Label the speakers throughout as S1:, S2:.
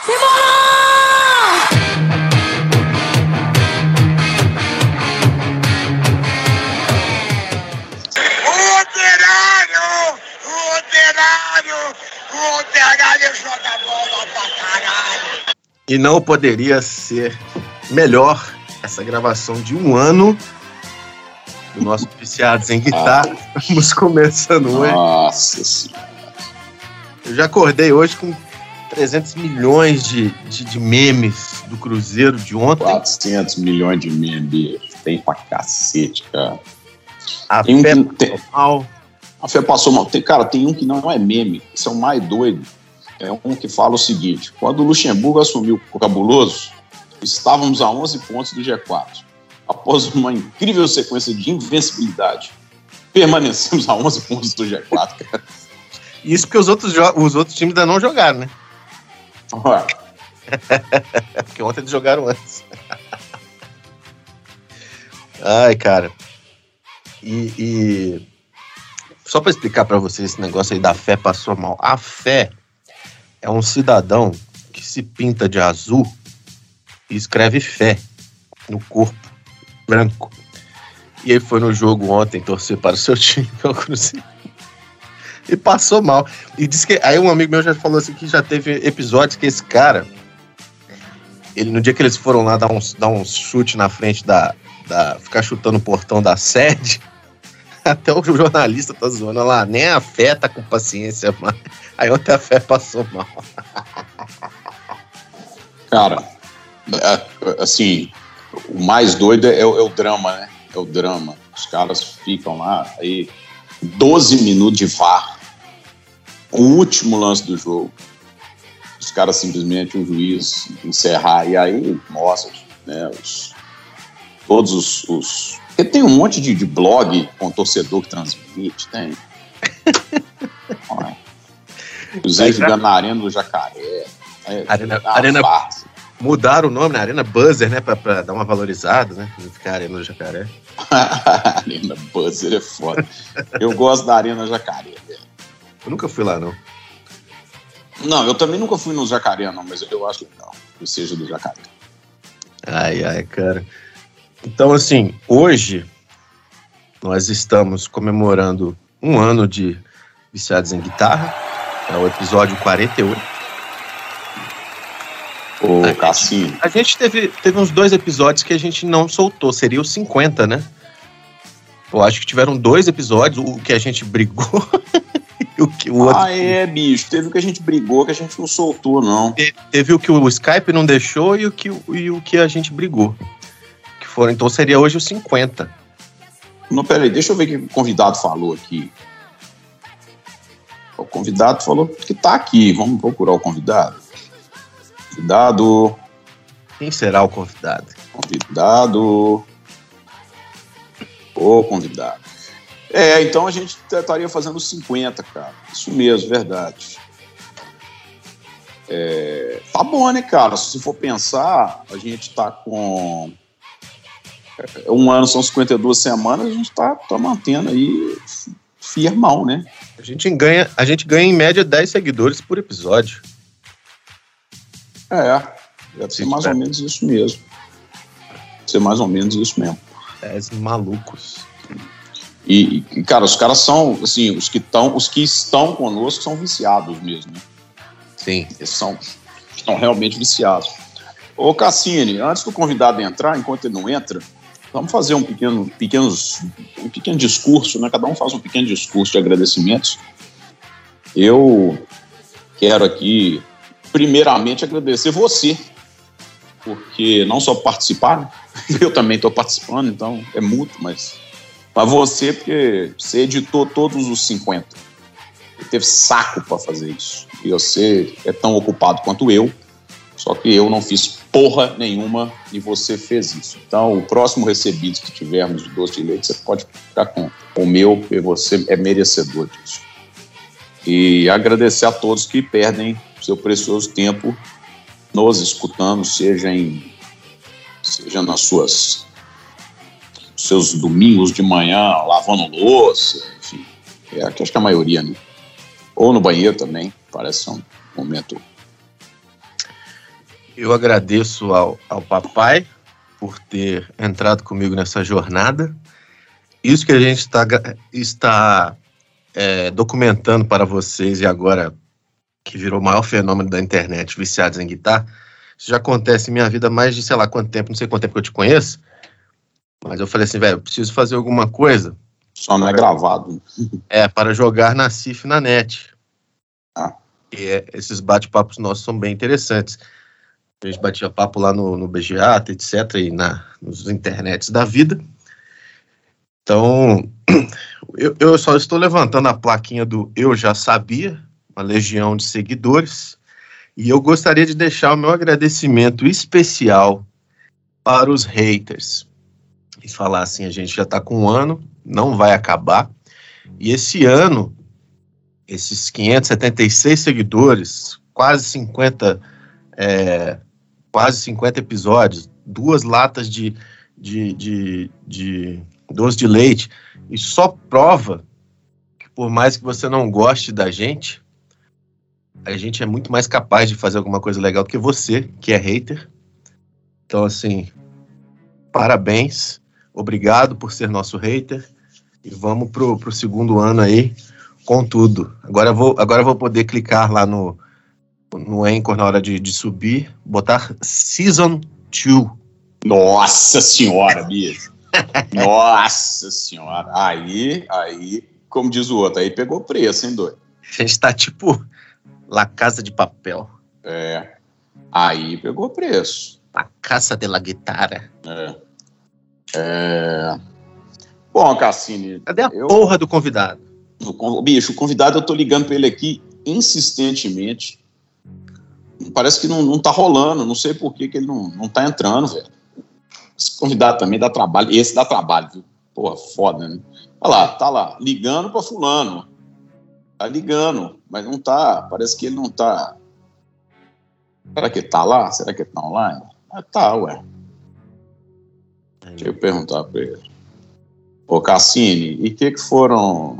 S1: O operário joga bola pra caralho.
S2: E não poderia ser melhor essa gravação de um ano do nosso Viciados em Guitarra. Estamos começando hoje.
S3: Nossa Senhora.
S2: Eu já acordei hoje com 300 milhões de memes do Cruzeiro de ontem.
S3: 400 milhões de memes. Tem pra cacete, cara.
S2: A fé passou mal. Tem um que não é meme. Isso é o mais doido. É um que fala o seguinte: quando o Luxemburgo assumiu o Cabuloso, estávamos a 11 pontos do G4. Após uma incrível sequência de invencibilidade, permanecemos a 11 pontos do G4, cara.
S4: Isso porque os outros times ainda não jogaram, né? Porque ontem eles jogaram antes. Ai, cara. E só para explicar para vocês esse negócio aí da fé passou mal. A fé é um cidadão que se pinta de azul e escreve fé no corpo branco. E ele foi no jogo ontem torcer para o seu time, o Cruzeiro, e passou mal. E disse que aí um amigo meu já falou assim que já teve episódios que esse cara, ele no dia que eles foram lá dar um chute na frente ficar chutando o portão da sede, até o jornalista tá zoando lá, nem a fé tá com paciência, mas aí ontem a fé passou mal.
S3: Cara, assim, o mais doido é o drama, né? É o drama. Os caras ficam lá, aí 12 minutos de VAR, o último lance do jogo. Os caras simplesmente, o juiz encerrar, e aí mostra, né, todos os... Porque tem um monte de blog com torcedor que transmite, tem. Cruzeiro jogando na Arena do Jacaré.
S4: Arena mudaram o nome, né? Arena Buzzer, né? Pra dar uma valorizada, né? Não ficar Arena do Jacaré.
S3: Arena Buzzer é foda. Eu gosto da Arena Jacaré, velho.
S4: Eu nunca fui lá, não.
S3: Não, eu também nunca fui no Jacaré, não, mas eu acho legal que seja do Jacaré.
S4: Ai, cara. Então, assim, hoje nós estamos comemorando um ano de Viciados em Guitarra. É o episódio 48.
S3: Ô, Cassinho.
S4: A gente teve uns 2 episódios que a gente não soltou. Seria os 50, né? Eu acho que tiveram 2 episódios, o que a gente brigou e o outro...
S3: bicho. Teve o que a gente brigou, que a gente não soltou, não.
S4: Teve o que o Skype não deixou e o que a gente brigou. Então seria hoje os 50.
S3: Não, peraí, deixa eu ver o que o convidado falou aqui. O convidado falou que tá aqui. Vamos procurar o convidado. Convidado.
S4: Quem será o convidado?
S3: Convidado. Convidado. Então a gente estaria fazendo os 50, cara. Isso mesmo, verdade. Tá bom, né, cara? Se você for pensar, a gente tá com... Um ano são 52 semanas, a gente tá mantendo aí firmão, né?
S4: A gente ganha em média 10 seguidores por episódio.
S3: Deve ser mais ou menos isso mesmo. Deve ser mais ou menos isso mesmo.
S4: 10 malucos.
S3: E, cara, os caras são, assim, os que estão conosco são viciados mesmo, né?
S4: Sim.
S3: Eles estão realmente viciados. Ô, Cassini, antes do convidado entrar, enquanto ele não entra, vamos fazer um pequeno discurso, né? Cada um faz um pequeno discurso de agradecimentos. Eu quero aqui, primeiramente, agradecer você, porque não só participar, né? Eu também estou participando, então é mútuo, mas você, porque você editou todos os 50. Você teve saco para fazer isso. E você é tão ocupado quanto eu, só que eu não fiz porra nenhuma e você fez isso. Então, o próximo recebido que tivermos de doce de leite, você pode ficar com o meu, porque você é merecedor disso. E agradecer a todos que perdem seu precioso tempo nos escutando, seja nas seus domingos de manhã, lavando louça, enfim. Acho que a maioria, né? Ou no banheiro também, parece um momento
S4: Eu agradeço ao papai por ter entrado comigo nessa jornada. Isso que a gente está documentando para vocês, e agora que virou o maior fenômeno da internet, Viciados em Guitarra, isso já acontece em minha vida há mais de sei lá quanto tempo, não sei quanto tempo que eu te conheço, mas eu falei assim, velho, eu preciso fazer alguma coisa.
S2: Só não é gravado.
S4: Para jogar na CIF na net. E esses bate-papos nossos são bem interessantes. A gente batia papo lá no BGA, etc., e nos internets da vida. Então, eu só estou levantando a plaquinha do Eu Já Sabia, uma legião de seguidores, e eu gostaria de deixar o meu agradecimento especial para os haters. E falar assim, a gente já está com um ano, não vai acabar, e esse ano, esses 576 seguidores, quase 50 episódios, 2 latas de doce de leite, e só prova que por mais que você não goste da gente, a gente é muito mais capaz de fazer alguma coisa legal do que você, que é hater. Então, assim, parabéns, obrigado por ser nosso hater, e vamos pro segundo ano aí com tudo. Agora eu vou poder clicar lá no Anchor na hora de subir, botar Season 2.
S2: Nossa senhora, bicho. Nossa senhora. Aí, como diz o outro, aí pegou preço, hein, doido?
S4: A gente tá tipo La Casa de Papel.
S2: Aí pegou preço.
S4: La Casa de la Guitarra.
S2: Bom, Cassini...
S4: Cadê a porra do convidado?
S2: Bicho, o convidado, eu tô ligando pra ele aqui insistentemente. Parece que não tá rolando. Não sei por que ele não tá entrando, velho. Esse convidado também dá trabalho. Esse dá trabalho, viu? Porra, foda, né? Olha lá, tá lá, ligando pra fulano. Tá ligando, mas não tá. Parece que ele não tá. Será que ele tá lá? Será que ele tá online? Tá, ué. Deixa eu perguntar pra ele. Ô, Cassini, e o que foram...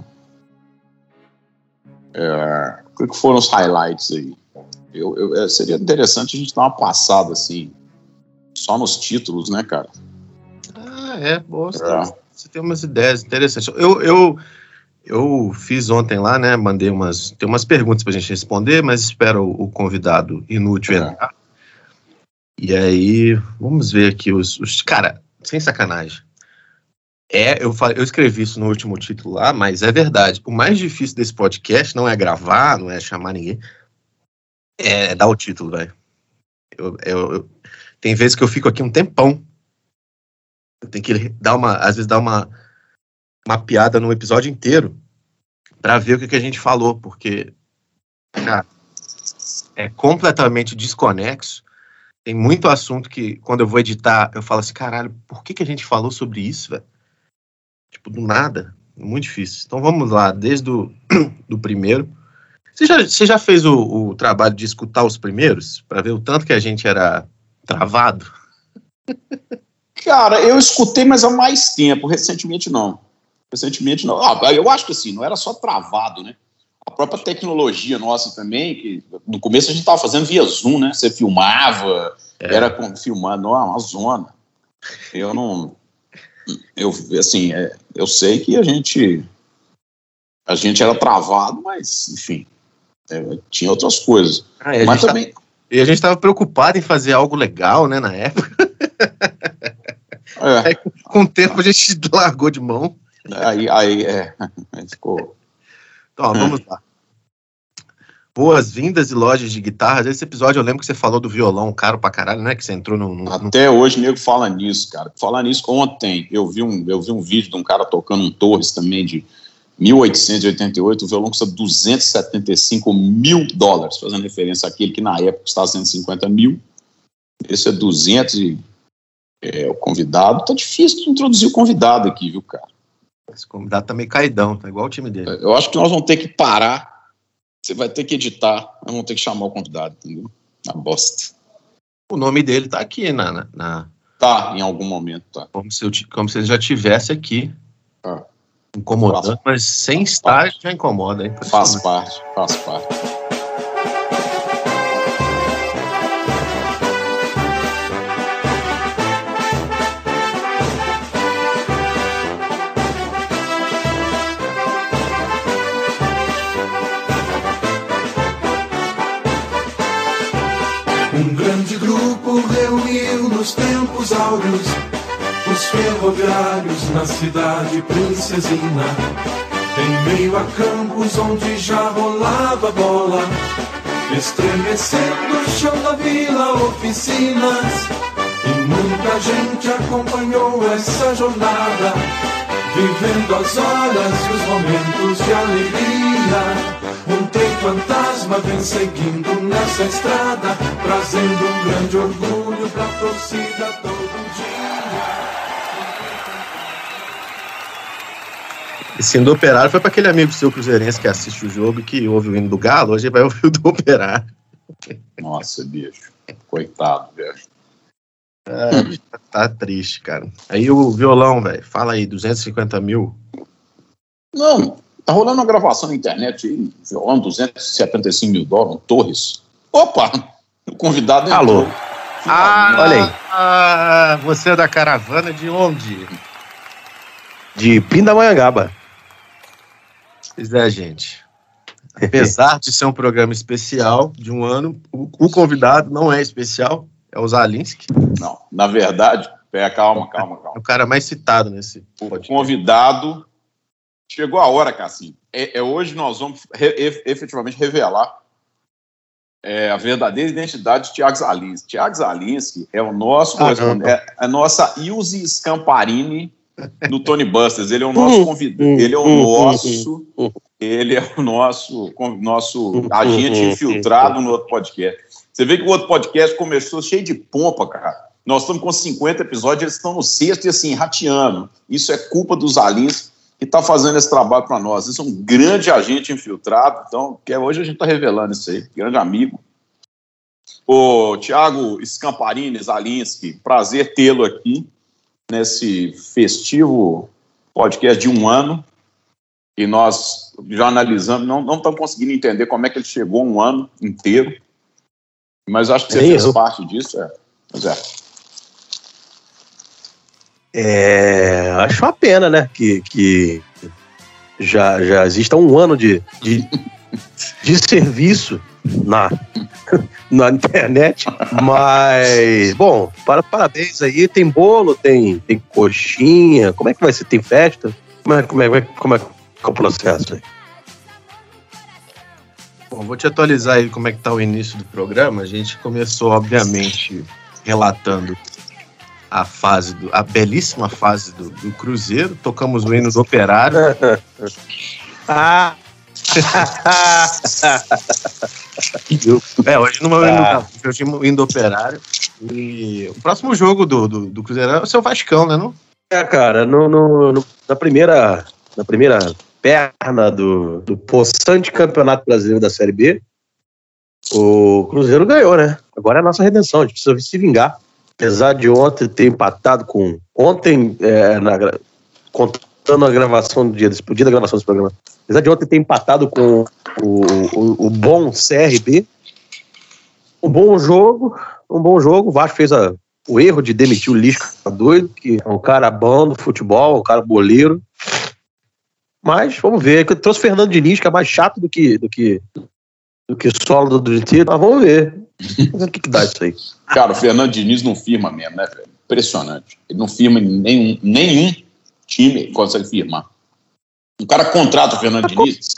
S2: O que foram os highlights aí? Seria interessante a gente dar uma passada, assim, só nos títulos, né, cara?
S4: Boa. Você tem umas ideias interessantes. Eu fiz ontem lá, né, mandei tem umas perguntas pra gente responder, mas espero o convidado inútil entrar. E aí, vamos ver aqui cara, sem sacanagem. Eu escrevi isso no último título lá, mas é verdade. O mais difícil desse podcast não é gravar, não é chamar ninguém, é dar o título, velho. Tem vezes que eu fico aqui um tempão. Eu tenho que às vezes dar uma piada no episódio inteiro pra ver o que a gente falou, porque, cara, é completamente desconexo. Tem muito assunto que, quando eu vou editar, eu falo assim, caralho, por que a gente falou sobre isso, velho? Tipo, do nada. Muito difícil. Então vamos lá, desde do primeiro. Você já fez o trabalho de escutar os primeiros? Pra ver o tanto que a gente era travado?
S2: Cara, eu escutei, mas há mais tempo. Recentemente não. Eu acho que assim, não era só travado, né? A própria tecnologia nossa também, que no começo a gente tava fazendo via Zoom, né? Você filmava, era filmando, uma zona. Eu sei que a gente era travado, mas, enfim, tinha outras coisas. Mas também...
S4: E a gente estava preocupado em fazer algo legal, né, na época. Aí, com o tempo, a gente largou de mão.
S2: Aí ficou...
S4: Então, vamos lá. Boas-vindas e lojas de guitarras. Esse episódio eu lembro que você falou do violão caro pra caralho, né? Que você entrou
S2: Até hoje, nego fala nisso, cara. Falar nisso, ontem eu vi um vídeo de um cara tocando um Torres também de 1888, o violão custa $275 mil, fazendo referência àquele que na época custava 150 mil. Esse é 200 e o convidado. Tá difícil de introduzir o convidado aqui, viu, cara?
S4: Esse convidado tá meio caidão, tá igual o time dele.
S2: Eu acho que nós vamos ter que parar. Você vai ter que editar, nós vamos ter que chamar o convidado, entendeu? Na bosta.
S4: O nome dele tá aqui
S2: Tá, em algum momento, tá.
S4: Como se ele já tivesse aqui. Incomodando, mas sem estar já incomoda, hein?
S2: Faz parte.
S5: Um grande grupo reuniu nos tempos áureos os ferroviários na cidade princesina, em meio a campos onde já rolava bola, estremecendo o chão da vila, oficinas. E muita gente acompanhou essa jornada, vivendo as horas e os momentos de alegria. Um trem fantasma vem seguindo nessa estrada, trazendo um grande orgulho pra torcida todo dia.
S4: Esse hino do Operário foi para aquele amigo seu cruzeirense que assiste o jogo e que ouve o hino do Galo, hoje vai ouvir o do Operário.
S2: Nossa, bicho. Coitado, bicho.
S4: Tá triste, cara. Aí o violão, velho, fala aí, 250 mil?
S2: Não, tá rolando uma gravação na internet aí, violão, 275 mil dólares, Torres. Opa, o convidado
S4: entrou.
S2: Alô.
S4: Olha aí. Você é da caravana de onde?
S6: De Pindamonhangaba.
S4: Pois é, gente. Apesar de ser um programa especial de um ano, o convidado não é especial, é o Zalinski.
S2: Não, na verdade, calma.
S4: O cara mais citado nesse
S2: podcast. O convidado, chegou a hora, Cassim. Hoje nós vamos efetivamente revelar a verdadeira identidade de Thiago Zalinski. Thiago Zalinski é o nosso correspondente, é a nossa Ilse Scamparini do Tony Busters. Ele é o nosso convidado, ele é o nosso agente infiltrado no outro podcast. Você vê que o outro podcast começou cheio de pompa, cara. Nós estamos com 50 episódios, eles estão no sexto e assim, rateando. Isso é culpa dos Zalinski que está fazendo esse trabalho para nós. Isso é um grande agente infiltrado, então, hoje a gente está revelando isso aí, grande amigo. O Thiago Scamparini, Zalinski, prazer tê-lo aqui nesse festivo podcast de um ano, e nós já analisamos, não estamos conseguindo entender como é que ele chegou um ano inteiro, mas acho que você fez parte disso,
S6: Acho uma pena, né, que já exista um ano de serviço na internet, mas, bom, parabéns aí, tem bolo, tem coxinha, como é que vai ser? Tem festa? Como é o processo aí?
S4: Bom, vou te atualizar aí como é que tá o início do programa. A gente começou, obviamente, relatando a belíssima fase do Cruzeiro, tocamos o hino do Operário. Hoje não vou indo do Operário. E o próximo jogo do Cruzeiro é o seu Vascão, né? Não?
S6: Cara, na primeira perna do possante Campeonato Brasileiro da Série B, o Cruzeiro ganhou, né? Agora é a nossa redenção, a gente precisa se vingar. Apesar de ontem ter empatado com... contando a gravação do dia da gravação desse programa, apesar de ontem ter empatado com o bom CRB, um bom jogo, o Vasco fez o erro de demitir o Lisca doido, que é um cara bom do futebol, um cara boleiro, mas vamos ver, eu trouxe o Fernando Diniz, que é mais chato do que solo do time, mas vamos ver o que dá isso aí.
S2: Cara, o Fernando Diniz não firma mesmo, né, velho? Impressionante. Ele não firma em nenhum time consegue firmar. O cara contrata o Fernando Diniz.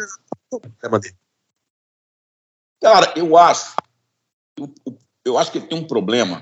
S2: Cara, eu acho que ele tem um problema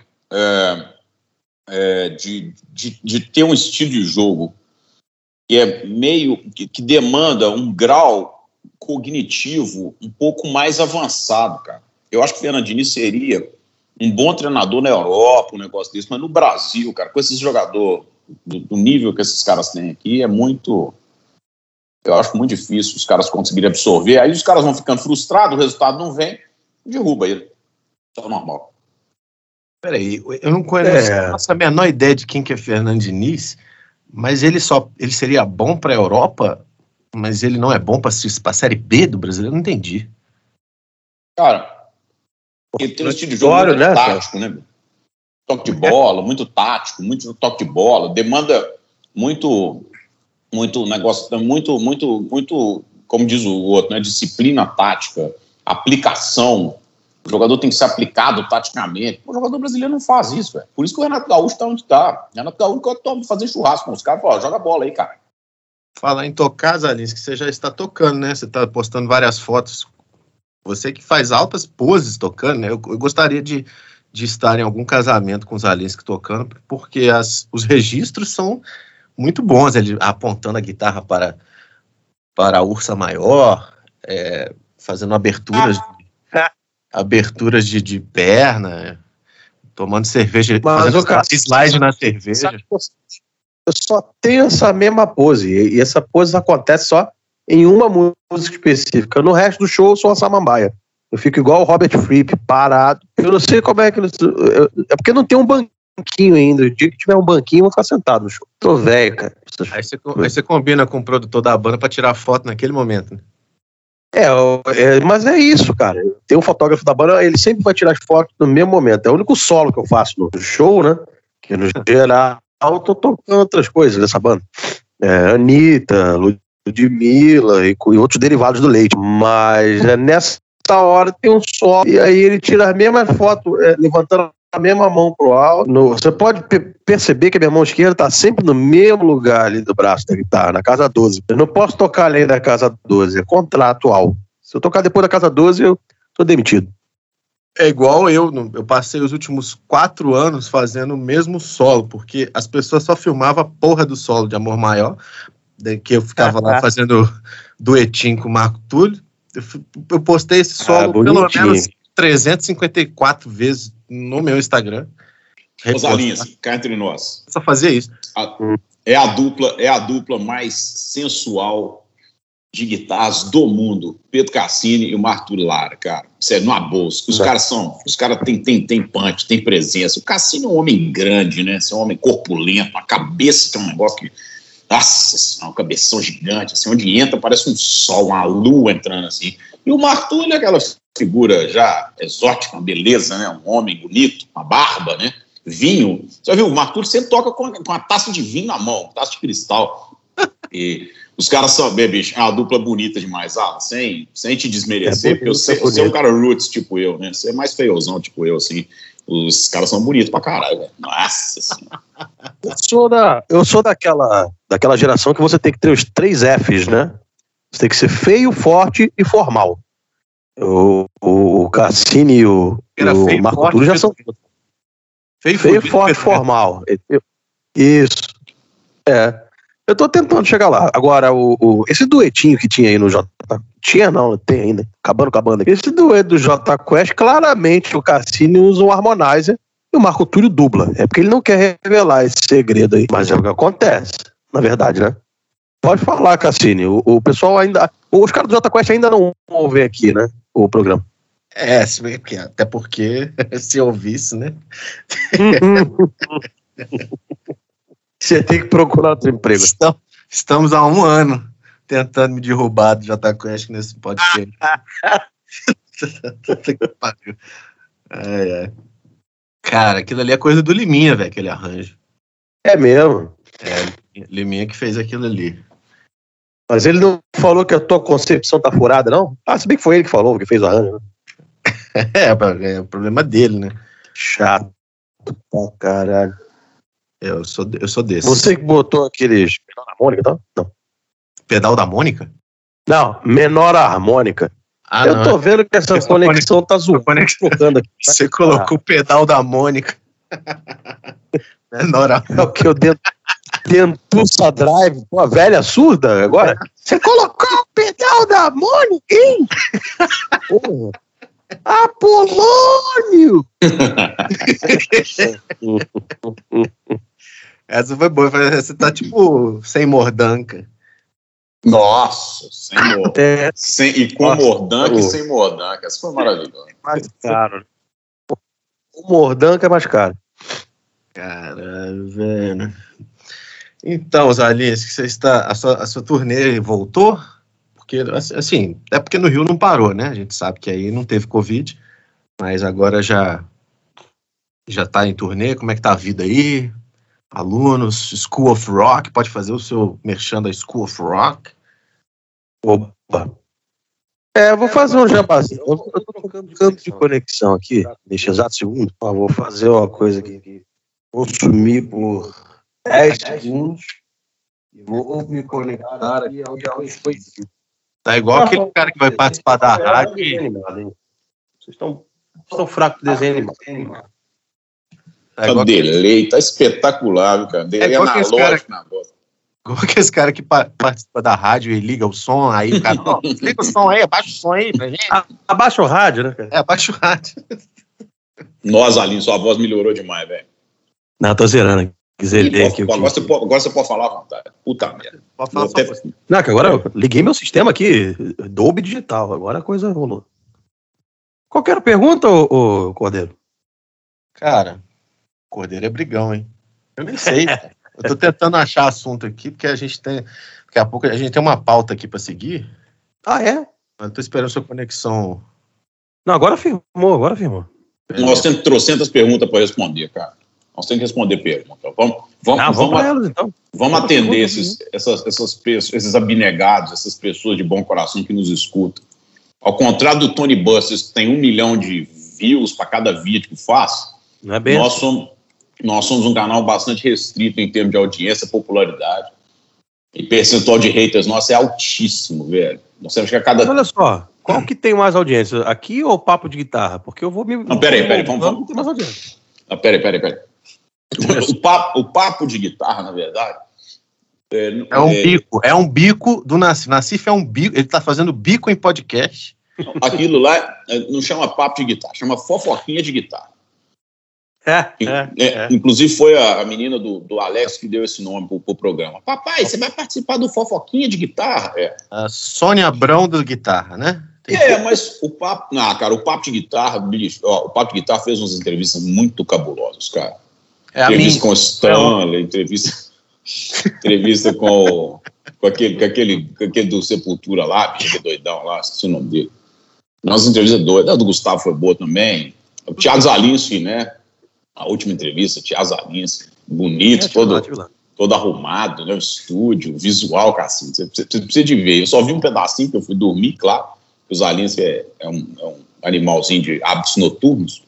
S2: de ter um estilo de jogo que é meio que demanda um grau cognitivo um pouco mais avançado, cara. Eu acho que o Fernando Diniz seria um bom treinador na Europa, um negócio desse, mas no Brasil, cara, com esses jogadores do nível que esses caras têm aqui, eu acho muito difícil os caras conseguirem absorver. Aí os caras vão ficando frustrados, o resultado não vem, derruba ele. Isso é normal.
S4: Peraí, eu não faço a menor ideia de quem que é Fernando Diniz, mas ele seria bom para a Europa, mas ele não é bom para a Série B do Brasileiro? Eu não entendi.
S2: Cara, ele tem um estilo de jogo muito tático, né? Toque de bola, muito tático, muito toque de bola, demanda muito negócio, muito, como diz o outro, né? Disciplina tática, aplicação, O jogador tem que ser aplicado taticamente. O jogador brasileiro não faz isso, velho. Por isso que o Renato Gaúcho está onde está. O Renato Gaúcho toma fazer churrasco com os caras. Fala, joga bola aí, cara.
S4: Falar em tocar, Zalins, que você já está tocando, né? Você está postando várias fotos. Você que faz altas poses tocando, né? Eu gostaria de estar em algum casamento com os Zalins tocando, porque os registros são muito bons. Ele apontando a guitarra para a ursa maior, fazendo aberturas de perna, tomando cerveja, fazendo slide na cerveja.
S6: Eu só tenho essa mesma pose, e essa pose acontece só em uma música específica. No resto do show eu sou uma samambaia. Eu fico igual o Robert Fripp, parado. Eu não sei como é que... É porque não tem um banquinho ainda. O dia que tiver um banquinho, eu vou ficar sentado no show. Tô velho, cara.
S4: Aí você combina com o produtor da banda pra tirar foto naquele momento, né?
S6: Mas é isso, cara. Tem um fotógrafo da banda, ele sempre vai tirar as fotos no mesmo momento. É o único solo que eu faço no show, né? Que no geral eu tô tocando outras coisas dessa banda. Anitta, Ludmilla e outros derivados do Leite. Mas nessa hora tem um solo, e aí ele tira as mesmas fotos, levantando a mesma mão pro alto. Você pode perceber que a minha mão esquerda tá sempre no mesmo lugar ali do braço da guitarra, na casa 12. Eu não posso tocar além da casa 12, é contratual. Se eu tocar depois da casa 12, eu tô demitido.
S4: É igual eu passei os últimos 4 anos fazendo o mesmo solo, porque as pessoas só filmavam a porra do solo de Amor Maior, que eu ficava lá fazendo duetinho com o Marco Túlio. Eu postei esse solo pelo menos 354 vezes no meu Instagram.
S2: Rosalinhas, cá entre nós.
S4: Só fazia isso.
S2: É a dupla mais sensual de guitarras do mundo. Pedro Cassini e o Marco Túlio Lara, cara. Sério, numa bolsa. Os caras têm punch, tem presença. O Cassini é um homem grande, né? É um homem corpulento, a cabeça tem um negócio que... Nossa, um cabeção gigante, assim, onde entra parece um sol, uma lua entrando assim. E o Marco Túlio é aquela figura já exótica, uma beleza, né? Um homem bonito, uma barba, né? Vinho. Você já viu? O Marco Túlio sempre toca com uma taça de vinho na mão, taça de cristal. E os caras são, bicho, é uma dupla bonita demais, sem te desmerecer, porque você é um cara roots tipo eu, né? Você é mais feiozão tipo eu, assim. Os caras são bonitos pra caralho, velho. Nossa senhora.
S6: Eu sou daquela geração que você tem que ter os 3 Fs, né? Você tem que ser feio, forte e formal. O Cassini e o Marco Túlio já são feio, forte, formal. Isso. Eu tô tentando chegar lá. Agora, esse duetinho que tinha aí no J... Tinha não, tem ainda. Acabando com a banda. Esse dueto do J Quest, claramente o Cassini usa um harmonizer e o Marco Túlio dubla. É porque ele não quer revelar esse segredo aí. Mas é o que acontece, na verdade, né? Pode falar, Cassini. O pessoal ainda... Os caras do J Quest ainda não ouvem aqui, né? O programa.
S4: Até porque se ouvisse, né?
S6: Você tem que procurar outro emprego.
S4: Estamos há 1 ano tentando me derrubar do J Quest nesse podcast. Cara, aquilo ali é coisa do Liminha, velho, aquele arranjo.
S6: É mesmo?
S4: Liminha que fez aquilo ali.
S6: Mas ele não falou que a tua concepção tá furada, não? Se bem que foi ele que falou, que fez o arranjo, né?
S4: É o problema dele, né?
S6: Chato pra caralho.
S4: Eu sou desse.
S6: Você que botou aqueles pedal da harmônica, tá? Não.
S4: Pedal da Mônica?
S6: Não, menor harmônica. Eu tô vendo que essa conexão tá zoando. Aqui.
S4: Você colocou o pedal da Mônica. Menor harmônica.
S6: É o que eu Dentuça Drive, pô, a velha surda agora. Você colocou o pedal da Mônica, hein? Porra. Apolônio!
S4: Essa foi boa. Você tá tipo sem mordanca.
S2: Nossa, e com mordanca e sem mordanca. Essa foi maravilhosa.
S6: Mais caro. O mordanca é mais caro.
S4: Caralho, velho. Então, Zalins, que você está. A sua turnê voltou? Porque, assim, é porque no Rio não parou, né? A gente sabe que aí não teve Covid, mas agora já tá em turnê. Como é que tá a vida aí? Alunos, School of Rock, pode fazer o seu merchan da School of Rock?
S6: Opa! Vou fazer um jabazinho. Eu tô trocando de conexão aqui, neste exato segundo. Vou fazer uma coisa aqui. Vou sumir por 10 segundos e vou me conectar aqui ao dispositivo.
S4: Tá igual aquele cara que vai participar da rádio.
S6: Vocês estão fracos de desenho animado.
S2: Tá delay, tá espetacular, viu, cara? Delay analógico na voz.
S4: Igual aqueles cara que participa da rádio e liga o som, aí o cara, liga o som aí, abaixa o som aí pra gente.
S6: Abaixa o rádio, né, cara?
S4: Abaixa o rádio.
S2: Nossa, Aline, sua voz melhorou demais, velho.
S6: Não, tô zerando aqui.
S2: Agora você pode falar à vontade. Puta merda.
S4: Pode falar
S6: Não, que agora eu liguei meu sistema aqui, Dolby Digital, agora a coisa rolou. Qualquer pergunta, ô Cordeiro?
S4: Cara, Cordeiro é brigão, hein? Eu nem sei. Eu tô tentando achar assunto aqui, porque daqui a pouco a gente tem uma pauta aqui pra seguir.
S6: Ah, é?
S4: Eu tô esperando sua conexão.
S6: Não, agora firmou.
S2: Nós temos trocentas perguntas para responder, cara. Nós temos que responder perguntas. Vamos
S6: para elas, então.
S2: Vamos atender esses abnegados, essas pessoas de bom coração que nos escutam. Ao contrário do Tony Buster, que tem 1 milhão de views para cada vídeo que faz,
S6: não é bem
S2: nós somos um canal bastante restrito em termos de audiência, popularidade. E percentual de haters nosso é altíssimo, velho. Nós temos que a cada...
S6: Mas olha só, qual que tem mais audiência? Aqui ou o Papo de Guitarra? Porque eu vou me...
S2: Não, peraí, vamos
S6: ter mais audiência.
S2: Não, peraí. O papo de guitarra, na verdade...
S4: É um bico do Nassif. Nassif é um bico, ele tá fazendo bico em podcast.
S2: Aquilo lá não chama papo de guitarra, chama fofoquinha de guitarra. Inclusive foi a menina do Alex que deu esse nome pro programa. Papai, você vai participar do Fofoquinha de Guitarra?
S4: A Sônia Abrão da guitarra, né?
S2: Mas o papo... Não, cara, o Papo de Guitarra, bicho, o Papo de Guitarra fez umas entrevistas muito cabulosas, cara. Entrevista com o Stanley, entrevista com aquele do Sepultura lá, bicho, doidão lá, esqueci o nome dele. Nossa entrevista doida, a do Gustavo foi boa também. O Thiago Zalinski, né? A última entrevista, Thiago Zalinski, bonito, todo arrumado, né? O estúdio, o visual, cara, assim, você precisa de ver. Eu só vi um pedacinho que eu fui dormir, claro, que o Zalinski é um animalzinho de hábitos noturnos.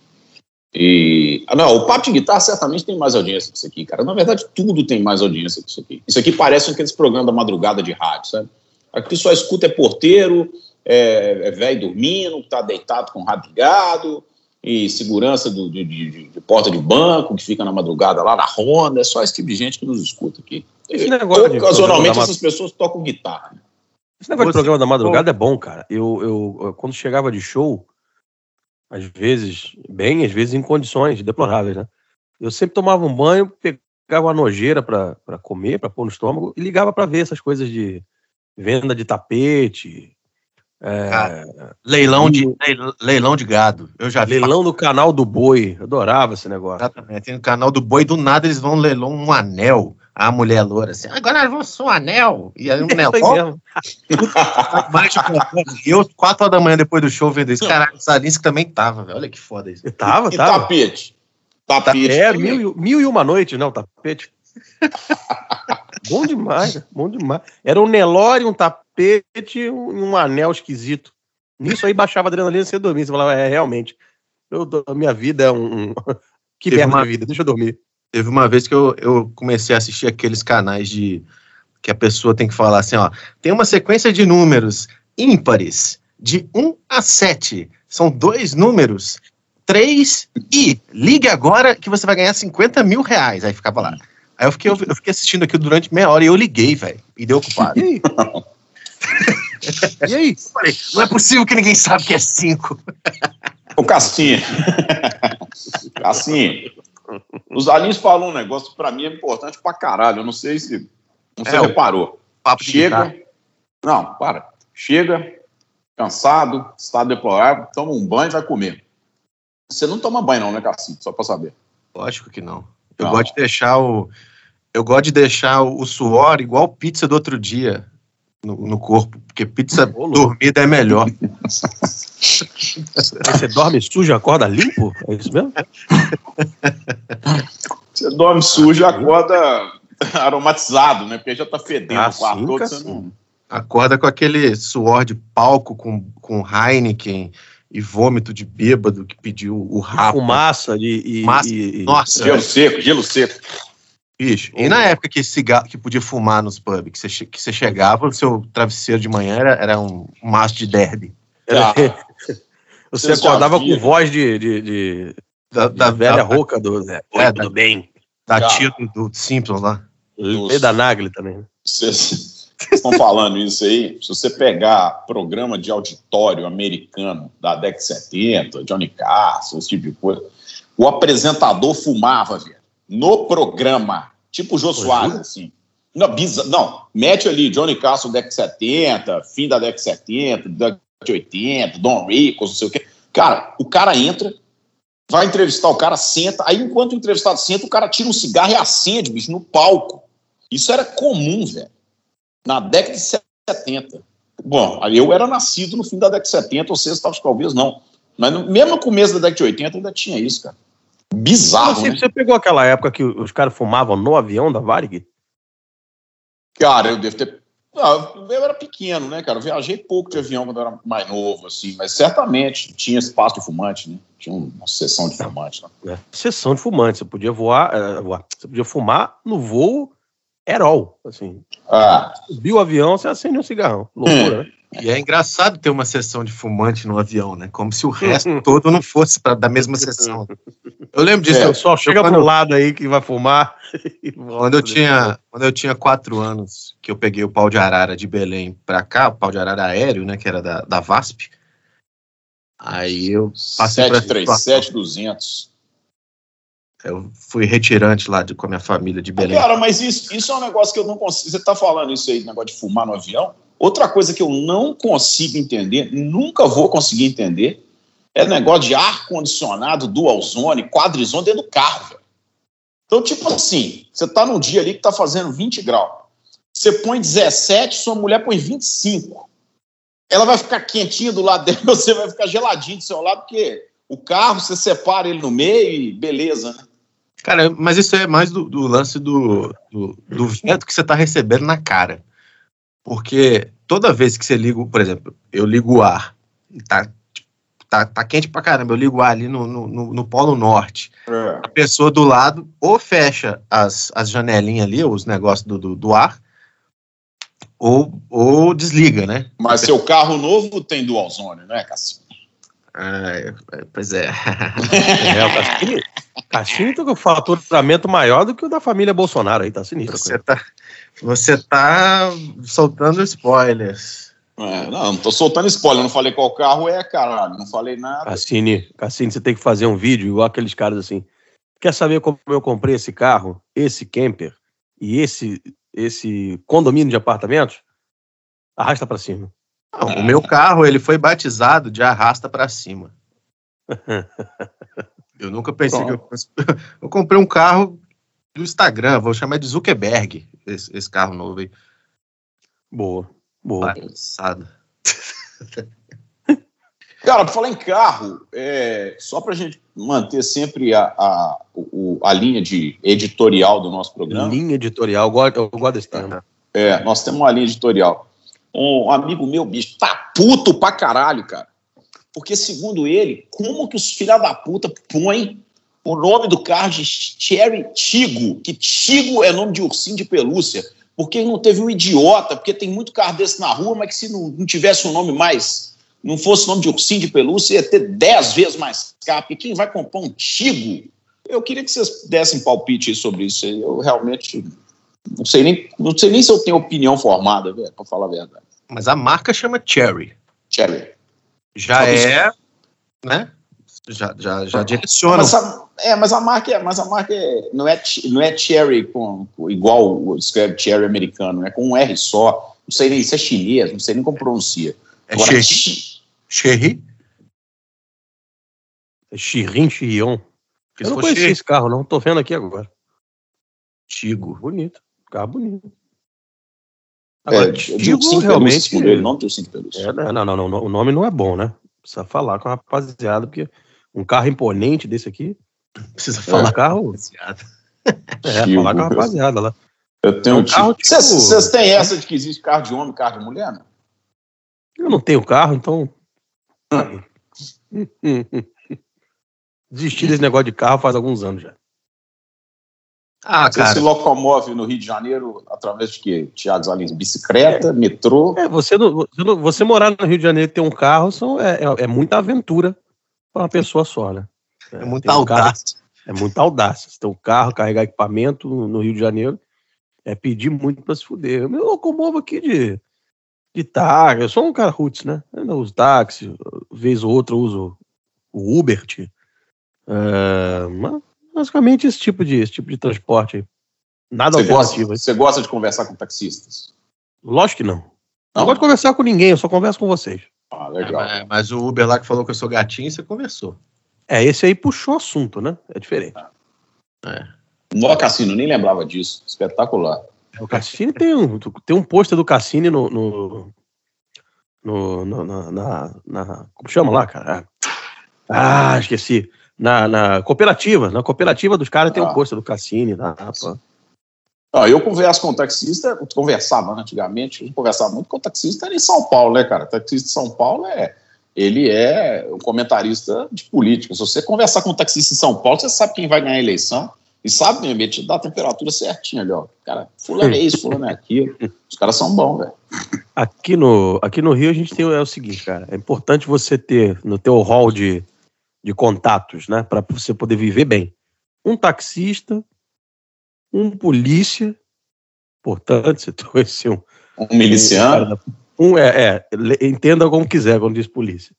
S2: O Papo de Guitarra certamente tem mais audiência que isso aqui, cara. Na verdade, tudo tem mais audiência que isso aqui. Isso aqui parece aqueles programas da madrugada de rádio, sabe? Aqui só escuta é porteiro, é velho dormindo, tá deitado com o rádio ligado, e segurança de porta de banco, que fica na madrugada lá na Honda. É só esse tipo de gente que nos escuta aqui. Ocasionalmente essas pessoas tocam guitarra.
S6: Esse negócio de programa da madrugada é bom, cara. Eu quando chegava de show, às vezes em condições deploráveis, né? Eu sempre tomava um banho, pegava uma nojeira pra comer, pra pôr no estômago, e ligava pra ver essas coisas de venda de tapete...
S4: leilão de gado. Eu já vi.
S6: Leilão no canal do boi. Eu adorava esse negócio.
S4: Exatamente. Tem no canal do boi, do nada eles vão leilão um anel. A mulher loura assim, agora eu vou ser um anel. E aí um anel. E eu, 4 horas da manhã depois do show, vendo isso. Caralho, o Zalinski também tava, velho. Olha que foda isso.
S6: Tava.
S2: Tapete.
S6: Mil e uma noites, não, tapete. Bom demais. Era um Nelore, um tapete e um anel esquisito. Nisso aí baixava a adrenalina e você dormia. Você falava, realmente, a minha vida é que merda de vida, deixa eu dormir.
S4: Teve uma vez que eu comecei a assistir aqueles canais que a pessoa tem que falar assim, ó, tem uma sequência de números ímpares, de 1 a 7. São 2 números, 3 e ligue agora que você vai ganhar 50 mil reais. Aí ficava lá. Aí eu fiquei assistindo aquilo durante meia hora e eu liguei, velho. E deu ocupado.
S6: E aí?
S4: Eu falei, não é possível que ninguém sabe que é 5.
S2: Ô, Cassinha. Os Alins falam um negócio que pra mim é importante pra caralho. Eu não sei se você reparou. Chega. Não, para. Chega, cansado, estado deplorável, toma um banho e vai comer. Você não toma banho, não, né, Cassinha? Só pra saber.
S4: Lógico que não. Eu gosto de deixar o suor igual pizza do outro dia no corpo, porque pizza dormida é melhor.
S6: Você dorme sujo e acorda limpo? É isso mesmo?
S2: Você dorme sujo e acorda aromatizado, né? Porque já tá fedendo o quarto todo.
S4: Acorda com aquele suor de palco com Heineken e vômito de bêbado que pediu o rapa.
S6: Fumaça
S4: Nossa.
S2: Gelo seco.
S4: Bicho, e na época que podia fumar nos pubs, que você chegava, o seu travesseiro de manhã era um maço de derby.
S6: Você acordava com voz da velha rouca do Zé. Tudo bem.
S4: Da tia do Simpsons lá.
S6: E da Nagli também, né?
S2: Vocês estão falando isso aí, se você pegar programa de auditório americano da década de 70, Johnny Carson, esse tipo de coisa, o apresentador fumava, velho, no programa, tipo o Jô Soares, assim. Não, mete ali Johnny Carson década de 70, fim da década de 70, década de 80, Don Rickles, não sei o quê. Cara, o cara entra, vai entrevistar o cara, senta, aí enquanto o entrevistado senta, o cara tira um cigarro e acende, bicho, no palco. Isso era comum, velho, na década de 70. Bom, eu era nascido no fim da década de 70, ou seja, talvez não. Mas mesmo no começo da década de 80 ainda tinha isso, cara. Bizarro, né?
S6: Você pegou aquela época que os caras fumavam no avião da Varig?
S2: Cara, eu devo ter... eu era pequeno, né, cara? Eu viajei pouco de avião quando eu era mais novo, assim, mas certamente tinha espaço de fumante, né? Tinha uma sessão de fumante. Né?
S6: Sessão de fumante. Você podia você podia fumar no voo Herol, assim. Subiu o avião, você acende um cigarrão. Loucura, né?
S4: E é engraçado ter uma sessão de fumante no avião, né? Como se o resto todo não fosse da mesma sessão. Eu lembro disso.
S6: O pessoal chega pro lado aí que vai fumar.
S4: Quando eu tinha 4 anos, que eu peguei o pau de arara de Belém pra cá, o pau de arara aéreo, né? Que era da VASP. Aí eu passei
S2: 737-200.
S4: Eu fui retirante lá com a minha família de Belém.
S2: Cara, mas isso é um negócio que eu não consigo... Você tá falando isso aí, negócio de fumar no avião? Outra coisa que eu não consigo entender, nunca vou conseguir entender, é o negócio de ar-condicionado, dual zone, quadrizone dentro do carro, velho. Então, tipo assim, você tá num dia ali que tá fazendo 20 graus. Você põe 17, sua mulher põe 25. Ela vai ficar quentinha do lado dela, você vai ficar geladinho do seu lado, porque o carro, você separa ele no meio e beleza, né?
S4: Cara, mas isso é mais do lance do vento que você tá recebendo na cara. Porque toda vez que você liga, por exemplo, eu ligo o ar, tá quente pra caramba, eu ligo o ar ali no Polo Norte. A pessoa do lado ou fecha as janelinhas ali, os negócios do ar, ou desliga, né?
S2: Mas seu carro novo tem dual zone, não é, Cassinho?
S4: Pois é.
S6: O Cassinho tem um faturamento maior do que o da família Bolsonaro aí, tá sinistro.
S4: Você tá soltando spoilers.
S2: Não tô soltando spoiler, não falei qual carro é, caralho, não falei nada.
S6: Cassini, você tem que fazer um vídeo igual aqueles caras assim. Quer saber como eu comprei esse carro, esse camper e esse condomínio de apartamentos? Arrasta pra cima.
S4: Não, o meu carro, ele foi batizado de arrasta pra cima. Eu nunca pensei que eu comprei um carro do Instagram, vou chamar de Zuckerberg, esse carro novo aí.
S6: Boa.
S4: Passada.
S2: Cara, pra falar em carro, só pra gente manter sempre a linha de editorial do nosso programa.
S6: Linha editorial, eu gosto desse termo.
S2: Nós temos uma linha editorial. Um amigo meu, bicho, tá puto pra caralho, cara. Porque, segundo ele, como que os filha da puta põem o nome do carro de Cherry Tigo, que Tigo é nome de ursinho de pelúcia, porque não teve um idiota, porque tem muito carro desse na rua, mas que se não tivesse um nome mais, não fosse nome de ursinho de pelúcia, ia ter 10 vezes mais caro, porque quem vai comprar um Tigo? Eu queria que vocês dessem palpite sobre isso aí, eu realmente não sei nem se eu tenho opinião formada, velho, pra falar a verdade.
S4: Mas a marca chama Cherry.
S2: Cherry.
S4: Já é, né? Já direciona.
S2: Mas a marca não é Cherry igual escreve Cherry americano, é com um R só. Não sei nem se é chinês, não sei nem como pronuncia.
S4: Cherry?
S6: Cherry? É Chirion. Eu não conheci esse carro, não. Tô vendo aqui agora.
S4: Tigo.
S6: Bonito. Carro bonito. Agora,
S2: Tigo realmente... Ele não tem o cinto pelúcia.
S6: Não. O nome não é bom, né? Precisa falar com a rapaziada, porque um carro imponente desse aqui...
S4: Precisa falar
S6: com a rapaziada lá.
S2: Eu tenho um carro. Vocês têm essa de que existe carro de homem e carro de mulher, né?
S6: Eu não tenho carro, então. Desisti desse negócio de carro faz alguns anos já.
S2: Você se locomove no Rio de Janeiro através de quê? Thiago Zalins? Bicicleta, metrô?
S6: Você morar no Rio de Janeiro e ter um carro é muita aventura para uma pessoa só, né?
S4: É muita audácia.
S6: É muita audácia. Você tem um carro, carregar equipamento no Rio de Janeiro, é pedir muito para se fuder. Eu me locomovo aqui de táxi. Eu sou um cara roots, né? Eu não uso táxi, vez ou outra eu uso o Uber. Mas basicamente esse tipo de transporte aí. Nada alternativo.
S2: Você gosta de conversar com taxistas?
S6: Lógico que não. Não gosto de conversar com ninguém, eu só converso com vocês.
S2: Legal.
S4: Mas o Uber lá que falou que eu sou gatinho, você conversou.
S6: Esse aí puxou assunto, né? É diferente.
S2: No Cassino, nem lembrava disso. Espetacular.
S6: O Cassini tem um pôster do Cassini como chama lá, cara? Esqueci. Na cooperativa. Na cooperativa dos caras tem um pôster do Cassini.
S2: Eu converso com o taxista, conversava antigamente, eu conversava muito com o taxista em São Paulo, né, cara? O taxista de São Paulo ele é um comentarista de política. Se você conversar com um taxista em São Paulo, você sabe quem vai ganhar a eleição e sabe mesmo, ele te dá a temperatura certinha ali, ó. Cara, fulano é isso, fulano é aquilo. Os caras são bons, velho.
S6: Aqui no Rio a gente tem o seguinte, cara, é importante você ter no teu hall de contatos, né, para você poder viver bem. Um taxista, um polícia, importante você conhecer um
S2: miliciano.
S6: Entenda como quiser quando diz polícia.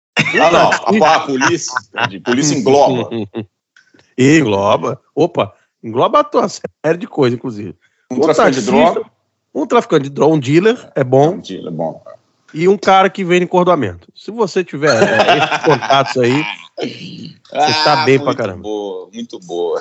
S2: A polícia engloba.
S6: Engloba. Engloba uma série de coisas, inclusive.
S2: Um traficante de droga.
S6: Um traficante de droga, um dealer, é bom. E um cara que vem em encordoamento. Se você tiver esses contatos aí, você tá bem pra caramba.
S2: Muito boa.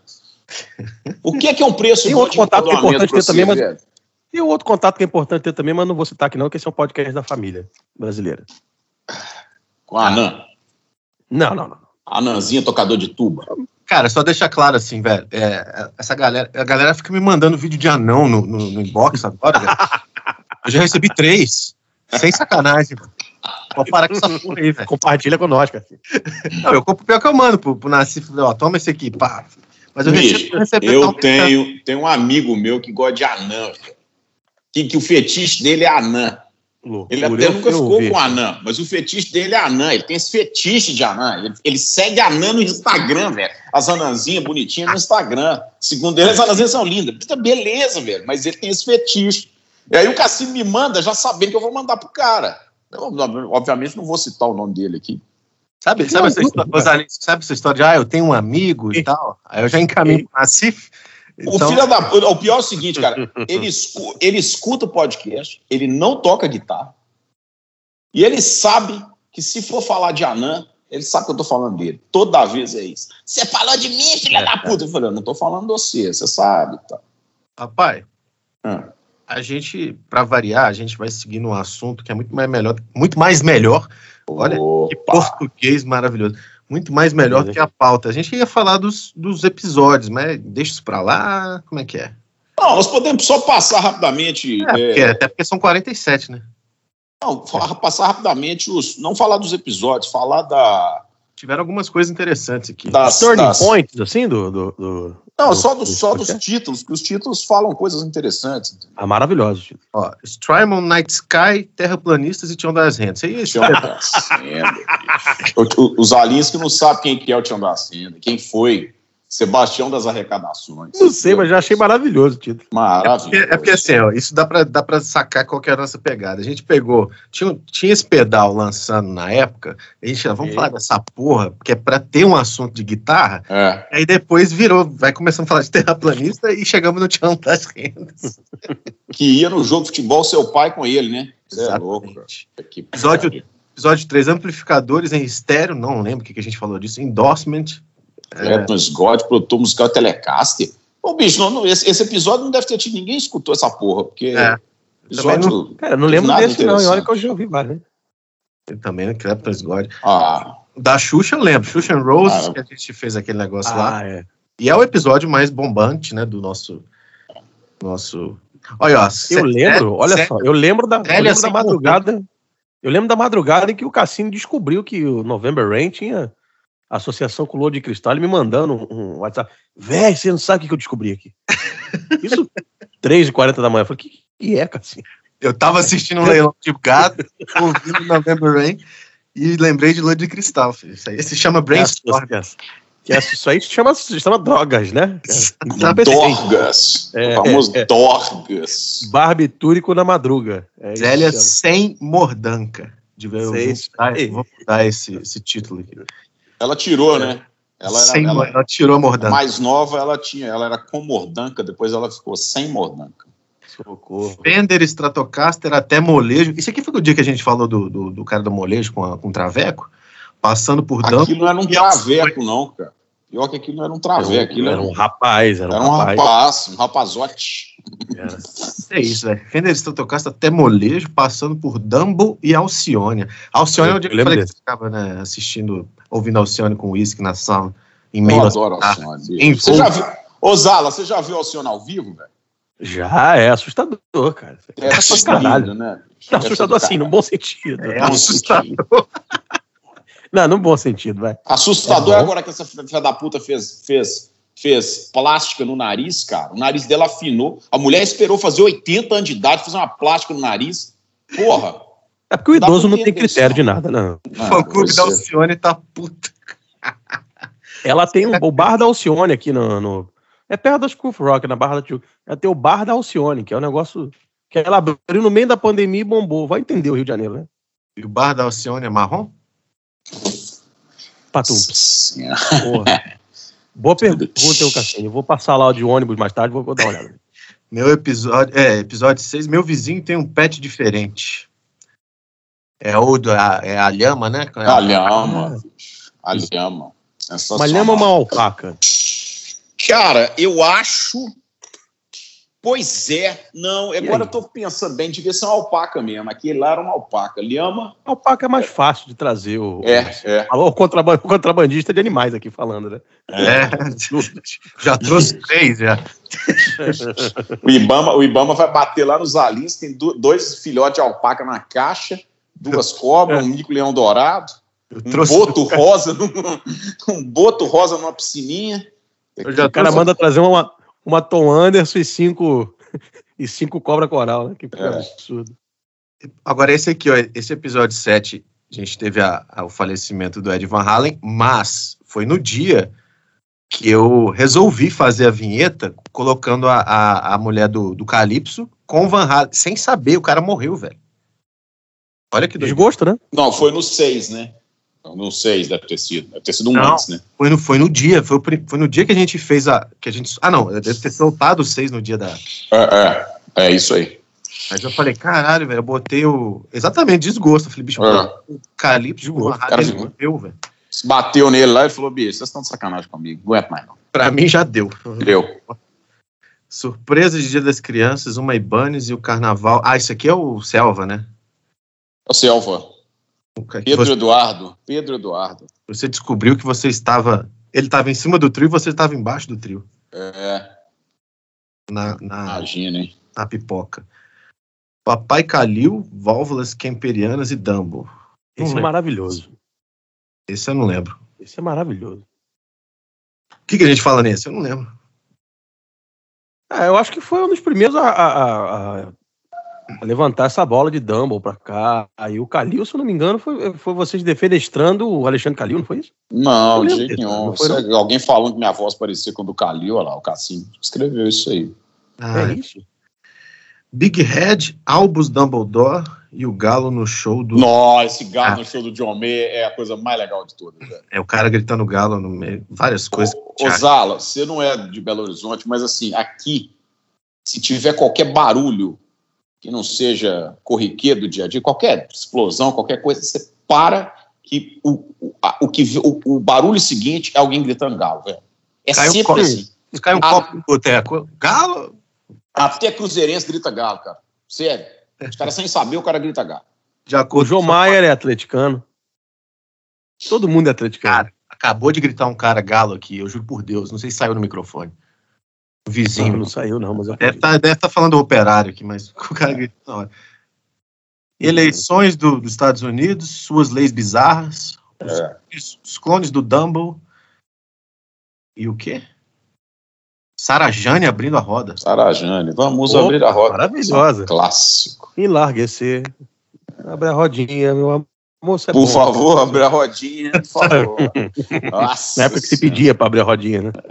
S2: O que é um preço
S6: de contato que é importante ter também, mas... E o outro contato que é importante ter também, mas não vou citar aqui não, que esse é um podcast da família brasileira.
S2: Com a Anã?
S6: Não.
S2: Anãzinha, tocador de tuba.
S4: Cara, só deixar claro assim, velho, a galera fica me mandando vídeo de anão no inbox agora, velho. Eu já recebi 3. Sem sacanagem, mano. Pode parar com essa porra aí, velho.
S6: Compartilha com nós, cara.
S4: Não, eu compro o pior que eu mando pro Nassif, ó, toma esse aqui, pá. Mas
S2: eu tenho um amigo meu que gosta de anã, velho. Que o fetiche dele é anã. Ele até nunca ficou com anã, mas o fetiche dele é anã. Ele tem esse fetiche de anã. Ele segue anã no Instagram, velho. As anãzinhas bonitinhas no Instagram. Segundo ele, as anãzinhas são lindas. Beleza, velho, mas ele tem esse fetiche. E aí o Cassino me manda, já sabendo que eu vou mandar pro cara. Eu, obviamente não vou citar o nome dele aqui.
S4: Sabe essa história de eu tenho um amigo e tal? Aí eu já encaminho pro Nassif.
S2: Então... O pior é o seguinte, cara, ele escuta o podcast, ele não toca guitarra, e ele sabe que se for falar de Anã, ele sabe que eu tô falando dele. Toda vez é isso. Você falou de mim, filha da puta. Eu falei, eu não tô falando de você sabe. Tá.
S4: Rapaz, a gente, pra variar, a gente vai seguindo um assunto que é muito mais melhor. Olha, que português maravilhoso. Muito mais melhor do que a pauta. A gente ia falar dos episódios, mas deixa isso pra lá, como é que é?
S2: Não, nós podemos só passar rapidamente...
S4: Até porque são 47, né?
S2: Não, passar rapidamente não falar dos episódios, falar da...
S4: Tiveram algumas coisas interessantes aqui.
S6: Turning points, assim,
S2: Não, só dos títulos, que os títulos falam coisas interessantes.
S6: Maravilhosos.
S4: Ó, Strymon, Night Sky, Terraplanistas e Tião das Rendas.
S2: Os alins que não sabem quem é o Tião das Rendas, quem foi Sebastião das Arrecadações.
S6: Não sei, mas já achei maravilhoso o título.
S2: Maravilhoso.
S4: É porque assim, ó, isso dá pra sacar qual que era a nossa pegada. A gente pegou, tinha esse pedal lançando na época, a gente vamos falar dessa porra, que é pra ter um assunto de guitarra, aí depois vai começando a falar de terraplanista e chegamos no Tião das Rendas.
S2: Que ia no jogo de futebol seu pai com ele, né?
S4: Exatamente. É louco, episódio 3, amplificadores em estéreo, não lembro o que a gente falou disso, endorsement.
S2: Clapton Scott, produtor musical Telecaster. Ô, bicho, esse episódio não deve ter tido ninguém escutou essa porra, porque...
S6: Cara, não lembro desse não, e olha que eu já ouvi vários, né?
S4: Eu também, né? Clapton Scott. Da Xuxa eu lembro, Xuxa and Rose, que a gente fez aquele negócio lá. E é o episódio mais bombante, né, do nosso Nosso... Olha, ó,
S6: eu lembro da madrugada. Eu lembro da madrugada em que o Cassino descobriu que o November Rain tinha associação com o Louro de Cristal, ele me mandando um WhatsApp. Véi, você não sabe o que eu descobri aqui. Isso 3h40 da manhã. Eu falei, o que é, Cassino?
S4: Eu tava assistindo um leilão de gado, ouvindo November Rain e lembrei de Louro de Cristal. Filho. Isso aí se chama brainstorm.
S6: Isso aí se chama drogas, né?
S2: Dorgas. O famoso Dorgas.
S6: Barbitúrico na madruga.
S4: Zélia sem mordanca. Vou mudar esse título aqui.
S2: Ela tirou, né?
S4: Ela tirou a mordanca.
S2: Mais nova, ela era com mordanca, depois ela ficou sem mordanca.
S4: Socorro. Fender, Stratocaster, até molejo. Isso aqui foi o dia que a gente falou do cara do molejo com traveco? Passando por dano.
S2: Aquilo não era um traveco, não, cara. Pior que aquilo não era um traveco.
S6: Era um rapaz.
S2: Era um rapaz, um rapazote.
S4: É isso, velho. Fender, Stratocaster, até molejo, passando por Dumble e Alcione. Alcione é o dia que eu falei que você ficava, né, ouvindo Alcione com uísque na sala.
S2: Eu adoro Alcione. Você já viu? Ô, Zala, você já viu Alcione ao vivo, velho?
S6: Já, é assustador, cara.
S2: É assustador, né?
S6: É assustador assim, no bom sentido.
S4: É assustador.
S6: Não, no bom sentido, vai.
S2: Assustador agora que essa filha da puta fez plástica no nariz, cara. O nariz dela afinou. A mulher esperou fazer 80 anos de idade, fazer uma plástica no nariz. Porra.
S6: É porque o idoso não tem critério de nada, não.
S4: O fã-clube da Alcione tá puta.
S6: Ela tem o bar da Alcione aqui no... É perto da School of Rock, na Barra da Tijuca. Ela tem o bar da Alcione, que é um negócio que ela abriu no meio da pandemia e bombou. Vai entender o Rio de Janeiro, né?
S4: E o bar da Alcione é marrom?
S6: Patum. Boa pergunta, Cassino. Eu vou passar lá de ônibus mais tarde, vou dar uma olhada.
S4: Meu episódio 6, meu vizinho tem um pet diferente. É a lhama, né?
S2: A lhama. A lhama.
S6: Uma lhama ou uma alpaca?
S2: Cara, eu acho... Pois é. Não, agora eu tô pensando bem, devia ser uma alpaca mesmo. Aquele lá era uma alpaca. Lhama...
S6: Alpaca é mais fácil de trazer o contrabandista de animais aqui falando, né?
S4: Já trouxe 3, já.
S2: O Ibama vai bater lá nos Alins, tem 2 filhotes de alpaca na caixa, 2 cobras, um mico-leão dourado, um boto rosa numa piscininha.
S6: O cara manda trazer uma Tom Anderson e 5 cobra coral, né? Que absurdo.
S4: Agora esse aqui, ó, esse episódio 7, a gente teve o falecimento do Ed Van Halen, mas foi no dia que eu resolvi fazer a vinheta colocando a mulher do Calypso com o Van Halen, sem saber, o cara morreu, velho. Olha que
S6: desgosto, né?
S2: Não, foi no 6, né? No 6 deve ter sido um antes, né?
S4: Foi no dia, foi no dia que a gente fez deve ter soltado o 6 no dia da...
S2: É isso aí.
S4: Mas eu falei, caralho, velho, eu botei exatamente, desgosto. Eu falei, bicho, o Calypso, o Van morreu, velho.
S2: Bateu nele lá e falou, bicho, vocês estão de sacanagem comigo, não aguento mais não.
S4: Pra mim já deu.
S2: Deu.
S4: Surpresa de Dia das Crianças, uma Ibanez e o Carnaval. Isso aqui é o Selva, né?
S2: É o Selva. Pedro Eduardo.
S4: Você descobriu que você estava... Ele estava em cima do trio e você estava embaixo do trio.
S2: Imagina, hein?
S4: Na pipoca. Papai Calil, Válvulas Kemperianas e Dumble.
S6: Esse é maravilhoso.
S4: Esse eu não lembro.
S6: Esse é maravilhoso.
S4: O que a gente fala nesse? Eu não lembro.
S6: Eu acho que foi um dos primeiros a levantar essa bola de Dumble pra cá. Aí o Calil, se eu não me engano, foi vocês defenestrando o Alexandre Calil, não foi isso?
S2: Não, de jeito nenhum. Alguém falando que minha voz parecia com a do Calil, olha lá, o Cassim escreveu isso aí.
S6: É isso?
S4: Big Head, Albus Dumbledore e o Galo no show do...
S2: Nossa, esse Galo no show do John Mayer é a coisa mais legal de todas, velho.
S4: É o cara gritando Galo no meio, várias coisas.
S2: Ô Zala, você não é de Belo Horizonte, mas assim, aqui, se tiver qualquer barulho que não seja corriqueiro do dia a dia, qualquer explosão, qualquer coisa, você para que o barulho seguinte é alguém gritando Galo, velho. É sempre assim.
S4: Cai um copo no boteco. Galo...
S2: Até cruzeirense grita Galo, cara. Sério. Os caras sem saber, o cara grita Galo.
S6: O João Maier é atleticano. Todo mundo é atleticano.
S4: Cara, acabou de gritar um cara Galo aqui, eu juro por Deus. Não sei se saiu no microfone.
S6: Vizinho não saiu, não, mas eu
S4: deve tá falando do operário aqui, mas o cara grita na hora. Eleições dos Estados Unidos, suas leis bizarras, os clones do Dumble e o quê? Sarah Jane abrindo a roda.
S2: Sarah Jane, vamos abrir a roda.
S6: Maravilhosa.
S2: Clássico.
S6: E larga esse. Abre a rodinha, meu amor.
S2: Por favor, abre a rodinha, por favor. Nossa,
S6: na época que se pedia para abrir a rodinha, né?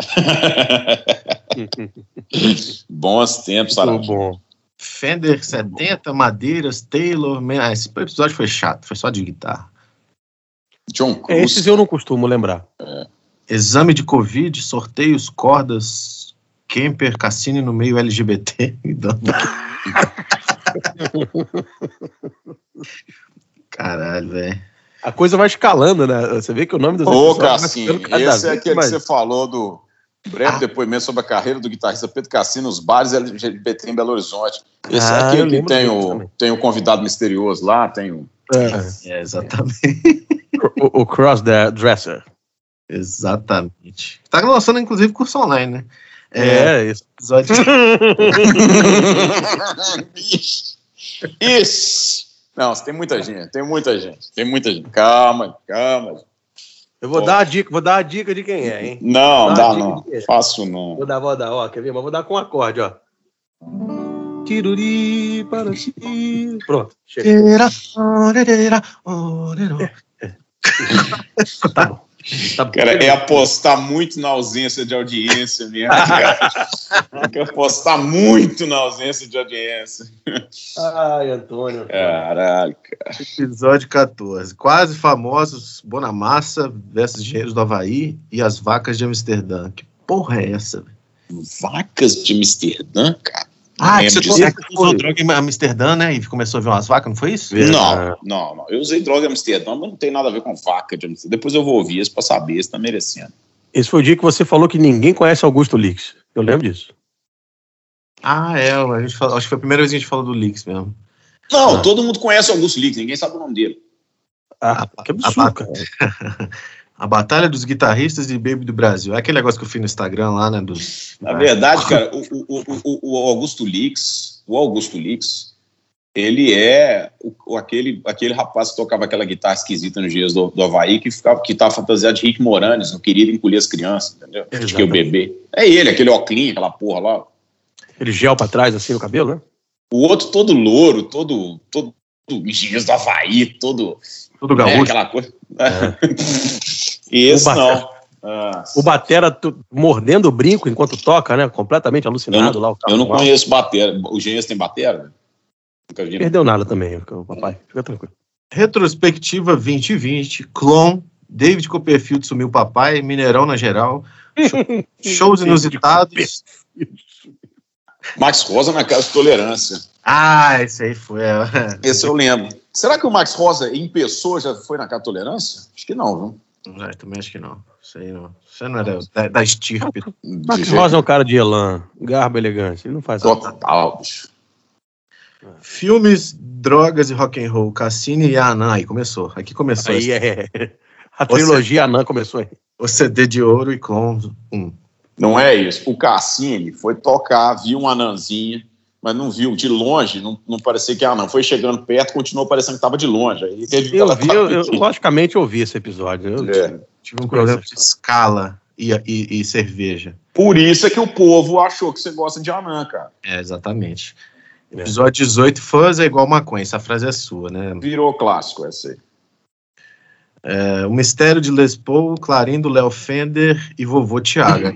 S2: Bons tempos, Sarah.
S6: Muito bom.
S4: Fender 70, madeiras, Taylor. Esse episódio foi chato, foi só de guitarra.
S2: John Cruise.
S6: Esses eu não costumo lembrar.
S4: Exame de Covid, sorteios, cordas, Kemper, Cassini no meio LGBT. Caralho, velho.
S6: A coisa vai escalando, né? Você vê que o nome do
S2: Ô, Cassini, esse é aquele que você falou do breve depoimento sobre a carreira do guitarrista Pedro Cassini nos bares LGBT em Belo Horizonte. Esse é aquele que tem o convidado misterioso lá, tem o...
S4: exatamente.
S6: O Crossdresser.
S4: Exatamente. Tá lançando, inclusive, curso online, né?
S6: Isso.
S4: Episódio...
S2: Isso! Não, tem muita gente. Calma.
S6: Eu vou dar a dica de quem é, hein?
S2: Não, faço não.
S6: Vou dar, ó, quer ver? Mas vou dar com um acorde, ó. Tiruri para si. Pronto, chega. Tá bom.
S2: Cara, é apostar muito na ausência de audiência mesmo, cara. Tem que apostar muito na ausência de audiência.
S6: Ai, Antônio.
S2: Caralho, cara.
S4: Episódio 14. Quase famosos Bonamassa versus Engenheiros do Havaí e as vacas de Amsterdã. Que porra é essa, velho?
S2: Vacas de Amsterdã, cara?
S4: Você usou droga em Amsterdã, né? E começou a ver umas vacas, não foi isso?
S2: Não. Eu usei droga em Amsterdã, mas não tem nada a ver com vaca de Amsterdã. Depois eu vou ouvir isso pra saber se tá merecendo.
S6: Esse foi o dia que você falou que ninguém conhece Augusto Lix. Eu lembro disso.
S4: A gente falou, acho que foi a primeira vez que a gente falou do Lix mesmo.
S2: Não, todo mundo conhece Augusto Lix, ninguém sabe o nome dele.
S6: Que absurdo, cara.
S4: A Batalha dos Guitarristas de Baby do Brasil. É aquele negócio que eu fiz no Instagram lá, né?
S2: Na verdade, cara, o Augusto Lix, ele é aquele rapaz que tocava aquela guitarra esquisita nos dias do Havaí, que tava fantasiado de Rick Moranis, não queria encolher as crianças, entendeu? Acho que o bebê. É ele, aquele óculos, aquela porra lá.
S6: Aquele gel pra trás, assim, no cabelo, né?
S2: O outro todo louro, todo engenheiro do Havaí, todo gaúcho. Aquela coisa. E esse não.
S6: O batera mordendo o brinco enquanto toca, né? Completamente alucinado lá.
S2: Eu não conheço batera. O Engenheiros tem batera? Nunca vi.
S6: Perdeu nada também, o papai. Fica tranquilo.
S4: Retrospectiva 2020, Clone, David Copperfield sumiu o papai, Mineirão na geral, shows inusitados.
S2: Max Rosa na Casa de Tolerância.
S4: Esse aí foi.
S2: Esse eu lembro. Será que o Max Rosa em pessoa já foi na Casa de Tolerância? Acho que não, viu?
S4: Também acho que não. Isso aí não. Isso não é da estirpe.
S6: Max Rosa é um cara de elan, garbo, elegância. Ele não faz nada.
S2: Total, bicho.
S4: Filmes, drogas e rock and roll. Cassini e Anã. Aí começou. Aqui começou.
S6: Aí a trilogia Anã começou aí.
S4: O CD de ouro e Clone 1.
S2: Não é isso. O Cassini foi tocar, viu uma anãzinha, mas não viu de longe, não parecia que Anã. Foi chegando perto, continuou parecendo que estava de longe. Aí
S6: eu logicamente ouvi esse episódio. Eu
S4: tive um problema de escala e cerveja.
S2: Por isso é que o povo achou que você gosta de Anã, cara.
S4: Exatamente. Episódio 18, fãs é igual maconha. Essa frase é sua, né?
S2: Virou clássico essa aí.
S4: O Mistério de Les Paul, Clarindo, Léo Fender e Vovô Thiago.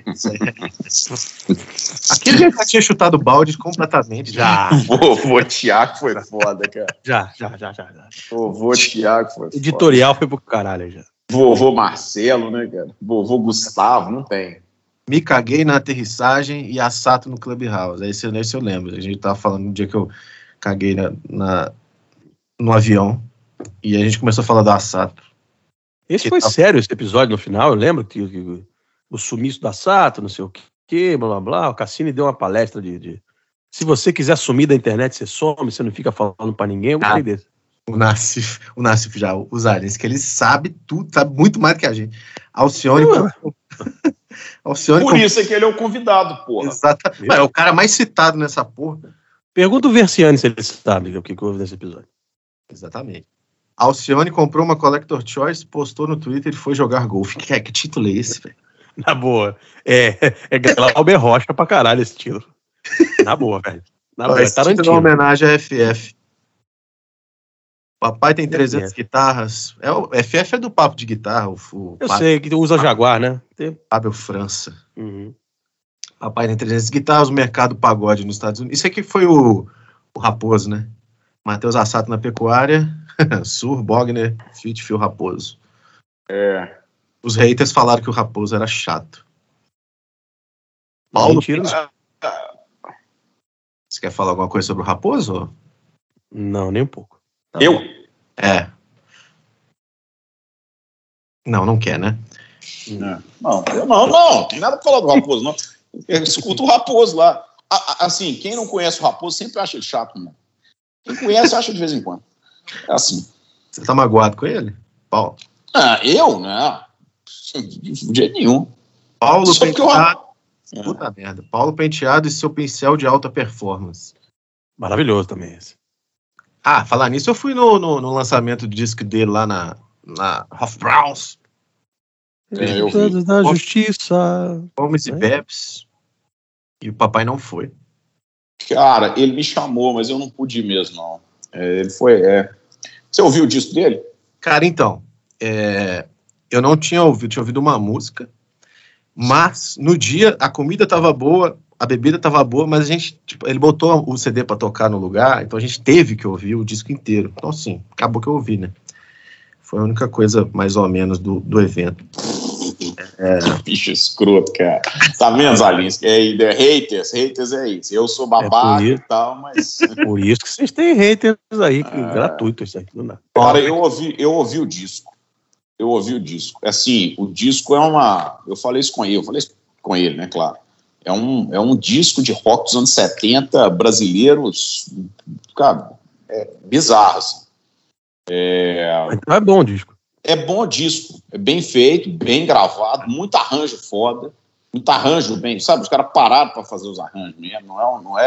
S4: Aquele já tinha chutado balde completamente.
S6: Já.
S2: Vovô Thiago foi foda, cara.
S6: Já.
S2: Vovô Thiago foi foda.
S6: Editorial foi pro caralho já.
S2: Vovô Marcelo, né, cara? Vovô Gustavo, não tem.
S4: Me caguei na aterrissagem e assato no Clubhouse. Esse eu lembro. A gente tava falando no dia que eu caguei no avião e a gente começou a falar do assato.
S6: Esse foi sério, esse episódio no final. Eu lembro que o sumiço da Sato, não sei o que, blá blá blá. O Cassini deu uma palestra de se você quiser sumir da internet, você some, você não fica falando pra ninguém. Eu gostei desse.
S4: O Nassif já usaria isso, que ele sabe tudo, sabe muito mais do que a gente. Alcione...
S2: Por isso é que ele é o convidado, porra.
S4: Exatamente. É o cara mais citado nessa porra.
S6: Pergunta o Versiani se ele sabe o que houve nesse episódio.
S4: Exatamente. Alcione comprou uma Collector Choice, postou no Twitter e foi jogar golfe. Que título é esse, velho?
S6: Na boa. É Glauber Rocha pra caralho esse título. Na boa, velho. Na boa,
S4: esse título é uma homenagem à FF. Papai tem 300 guitarras. O FF é do papo de guitarra.
S6: Eu sei, que usa Jaguar, né?
S4: Fábio França. Papai tem 300 guitarras, o mercado pagode nos Estados Unidos. Isso aqui foi o Raposo, né? Matheus Assato na pecuária, Sur, Bogner, Fit, Fio Raposo. Os haters falaram que o Raposo era chato. Paulo,
S6: mentira.
S4: Você quer falar alguma coisa sobre o Raposo?
S6: Não, nem um pouco.
S2: Eu?
S4: Não quer, né?
S2: Não, tem nada pra falar do Raposo, não. Eu escuto o Raposo lá. Assim, quem não conhece o Raposo sempre acha ele chato, mano. Quem conhece acha de vez em quando. É assim.
S4: Você tá magoado com ele, Paulo?
S2: Eu? Não. De jeito nenhum.
S4: Paulo Penteado. Puta merda. Paulo Penteado e seu pincel de alta performance.
S6: Maravilhoso também esse.
S4: Falar nisso, eu fui no lançamento do disco dele lá na Hofbrauns.
S2: Eu vi.
S6: Da Justiça.
S4: Gomes e Bebs. E o papai não foi.
S2: Cara, ele me chamou, mas eu não pude ir mesmo, não. Ele foi... Você ouviu o disco dele?
S4: Cara, então... eu não tinha ouvido uma música, mas no dia a comida tava boa, a bebida tava boa, mas a gente, ele botou o CD pra tocar no lugar, então a gente teve que ouvir o disco inteiro. Então, assim, acabou que eu ouvi, né? Foi a única coisa, mais ou menos, do evento.
S2: Bicho escroto, cara. Tá vendo, Zalinski? Haters é isso. Eu sou babaca e tal, mas...
S6: Por isso que vocês têm haters aí, gratuitos. Isso aí, não.
S2: Cara, eu ouvi o disco. Assim, o disco é uma... Eu falei isso com ele, né, claro. É um disco de rock dos anos 70, brasileiros, cara, bizarro, assim.
S6: Então é bom o disco.
S2: É bom o disco, é bem feito, bem gravado, muito arranjo foda, muito arranjo bem, sabe? Os caras pararam para fazer os arranjos mesmo, não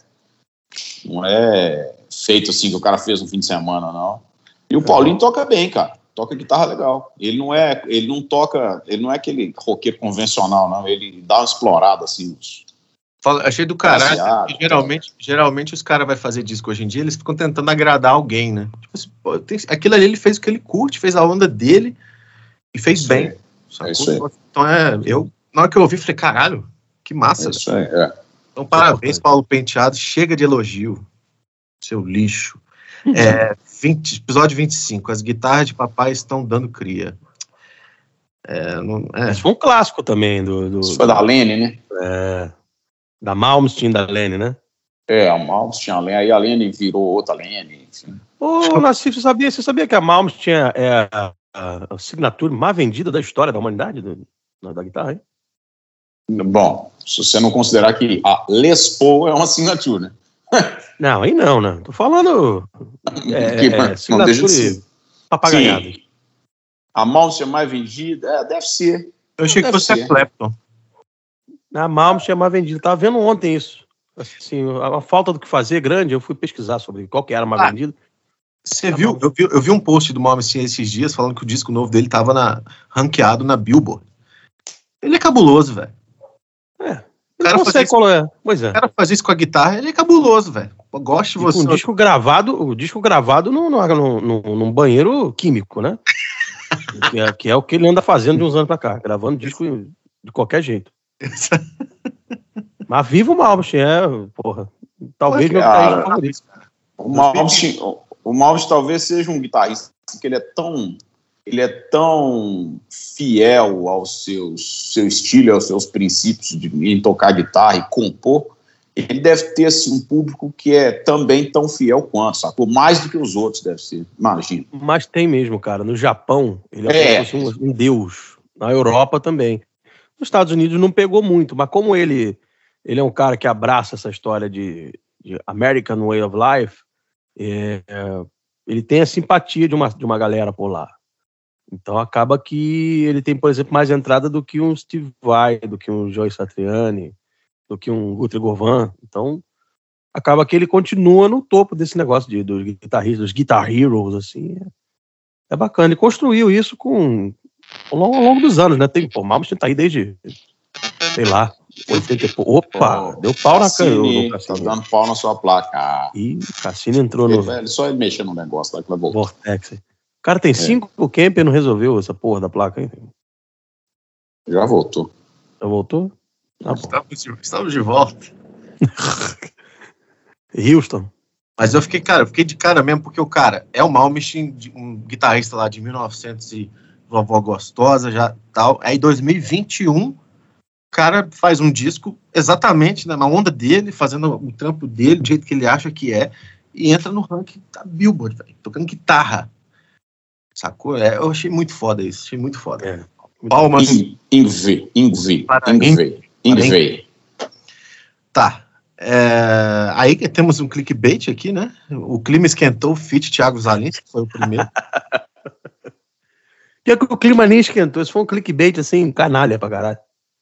S2: é feito assim que o cara fez no fim de semana, não. E o Paulinho toca bem, cara, toca guitarra legal. Ele não é aquele roqueiro convencional, não. Ele dá uma explorada assim.
S4: Achei do caralho. Geralmente os caras vão fazer disco hoje em dia, eles ficam tentando agradar alguém, né? Tipo assim, aquilo ali ele fez o que ele curte, fez a onda dele e fez bem.
S2: Isso aí.
S4: Então na hora que eu ouvi, falei, caralho, que massa.
S2: Isso aí,
S4: Então parabéns, Paulo Penteado, chega de elogio, seu lixo. Episódio 25, as guitarras de papai estão dando cria.
S6: Isso foi um clássico também
S2: Isso foi da Lene, né?
S6: Da Malmsteen, da Lene, né?
S2: A Malmsteen, aí a Lene virou outra Lene, enfim.
S6: Ô, Nassif, você sabia que a Malmsteen é a assinatura mais vendida da história da humanidade da guitarra, hein?
S2: Bom, se você não considerar que a Les Paul é uma assinatura, né?
S6: Não, aí não, né? Tô falando
S2: não deixa de ser.
S6: Papagaiada.
S2: A Malmsteen é mais vendida? Deve ser.
S4: Eu achei que fosse a Clapton.
S6: A Malmsteen é mais vendida. Tava vendo ontem isso. Assim, a falta do que fazer grande, eu fui pesquisar sobre qual que era a mais vendida.
S4: Você viu? Eu vi um post do Malmsteen esses dias falando que o disco novo dele tava ranqueado na Billboard. Ele é cabuloso, velho. O cara fazer isso com a guitarra, ele é cabuloso, velho. Gosto de você.
S6: O disco gravado num banheiro químico, né? que é o que ele anda fazendo de uns anos pra cá, gravando disco de qualquer jeito. Mas viva o Malmsteen, porra. Talvez meu guitarrista favorito.
S2: O Malmsteen talvez seja um guitarrista que ele é tão fiel ao seu estilo, aos seus princípios em tocar guitarra e compor. Ele deve ter assim, um público que é também tão fiel quanto, sacou? Mais do que os outros, deve ser, imagina.
S6: Mas tem mesmo, cara. No Japão, ele é um deus. Na Europa também. Nos Estados Unidos não pegou muito, mas como ele é um cara que abraça essa história de American Way of Life, ele tem a simpatia de uma galera por lá. Então acaba que ele tem, por exemplo, mais entrada do que um Steve Vai, do que um Joe Satriani, do que um Guthrie Govan. Então acaba que ele continua no topo desse negócio dos guitarristas, dos Guitar Heroes, assim. É bacana. Ele construiu isso ao longo dos anos, né? O Malmsteen tá aí desde, sei lá, 80 e pouco. Opa, deu pau na
S2: Cassini. Tá dando pau na sua placa.
S6: Ih, o Cassini entrou
S2: só ele mexer no negócio lá que vai voltar.
S6: Vortex. O cara tem 5 camp e não resolveu essa porra da placa, hein?
S2: Já voltou.
S6: Já voltou? Tá
S4: Estamos de volta.
S6: Houston.
S4: Mas eu fiquei de cara mesmo, porque o cara é o Malmsteen, um guitarrista lá de 1900 e vovó gostosa, já tal. Aí 2021, o cara faz um disco exatamente na onda dele, fazendo o trampo dele, do jeito que ele acha que é, e entra no ranking da Billboard, velho, tocando guitarra. Sacou? Eu achei muito foda isso, achei muito foda.
S2: Palmas. Ingve.
S4: Tá. Aí temos um clickbait aqui, né? O clima esquentou, feat Thiago Zalinski, que foi o primeiro.
S6: Pior que o clima nem esquentou, isso foi um clickbait assim, canalha pra caralho.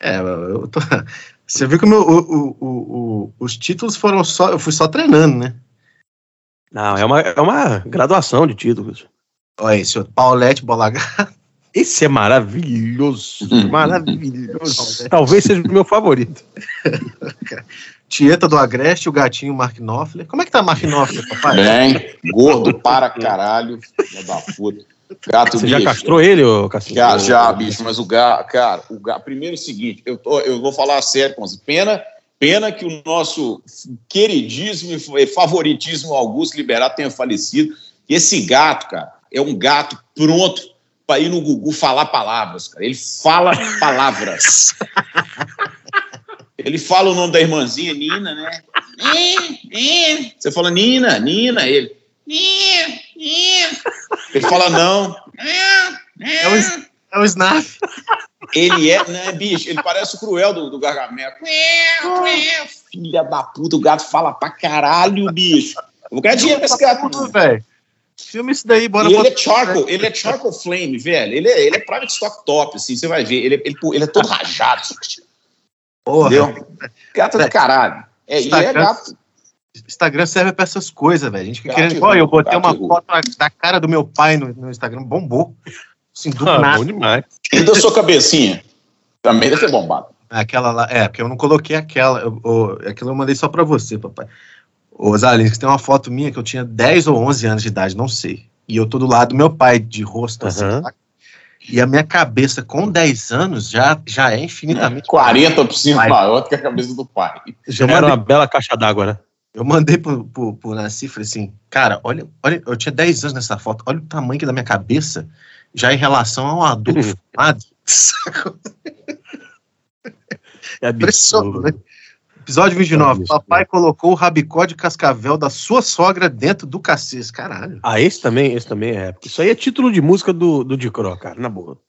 S4: Você viu que os títulos foram só, eu fui só treinando, né?
S6: Não, é uma graduação de títulos.
S4: Olha esse outro, Paulette Bolagata.
S6: Esse é maravilhoso, maravilhoso. Talvez seja o meu favorito.
S4: Tieta do Agreste, o gatinho Mark Knopfler. Como é que tá Mark Knopfler, papai?
S2: Bem, gordo para caralho, filho da puta. Gato,
S6: você
S2: bicho,
S6: já castrou ele, ô Cassinho?
S2: Já, bicho, mas o gato, cara, primeiro é o seguinte, eu vou falar sério com você, pena que o nosso queridíssimo e favoritíssimo Augusto Liberato tenha falecido. Esse gato, cara, é um gato pronto para ir no Gugu falar palavras, cara. Ele fala palavras. Ele fala o nome da irmãzinha, Nina, né? Você fala Nina, ele. Ele fala não.
S4: É o Snap.
S2: Ele né, bicho? Ele parece o Cruel do Gargamel. Filha da puta, o gato fala pra caralho, bicho. Eu vou ganhar dinheiro com esse gato,
S4: velho. Filma isso daí, bora.
S2: Ele é charcoal flame, velho. Ele é private stock top, assim, você vai ver. Ele é todo rajado.
S4: Porra.
S2: Entendeu? Gato do caralho. Ele é gato.
S4: Instagram serve pra essas coisas, velho. A gente fica querendo. Olha, eu botei uma foto da cara do meu pai no Instagram, bombou. Assim, do nada.
S6: Bom demais.
S2: E da sua cabecinha? Também deve ter bombado.
S4: Aquela lá, porque eu não coloquei aquela. Aquilo eu mandei só pra você, papai. Ô, Zalinski, tem uma foto minha que eu tinha 10 ou 11 anos de idade, não sei. E eu tô do lado do meu pai, de rosto assim, tá? E a minha cabeça com 10 anos já é infinitamente
S2: 40% maior do que a cabeça do pai.
S6: Já era uma bela caixa d'água, né?
S4: Eu mandei pro Nasci, falei assim, cara, olha, eu tinha 10 anos nessa foto, olha o tamanho que da minha cabeça, já em relação a um adulto formado.
S6: É absurdo,
S4: né? Episódio 29. Papai colocou o rabicó de cascavel da sua sogra dentro do cacete. Caralho.
S6: Ah, esse também é. Isso aí é título de música do Dicró, cara, na boa.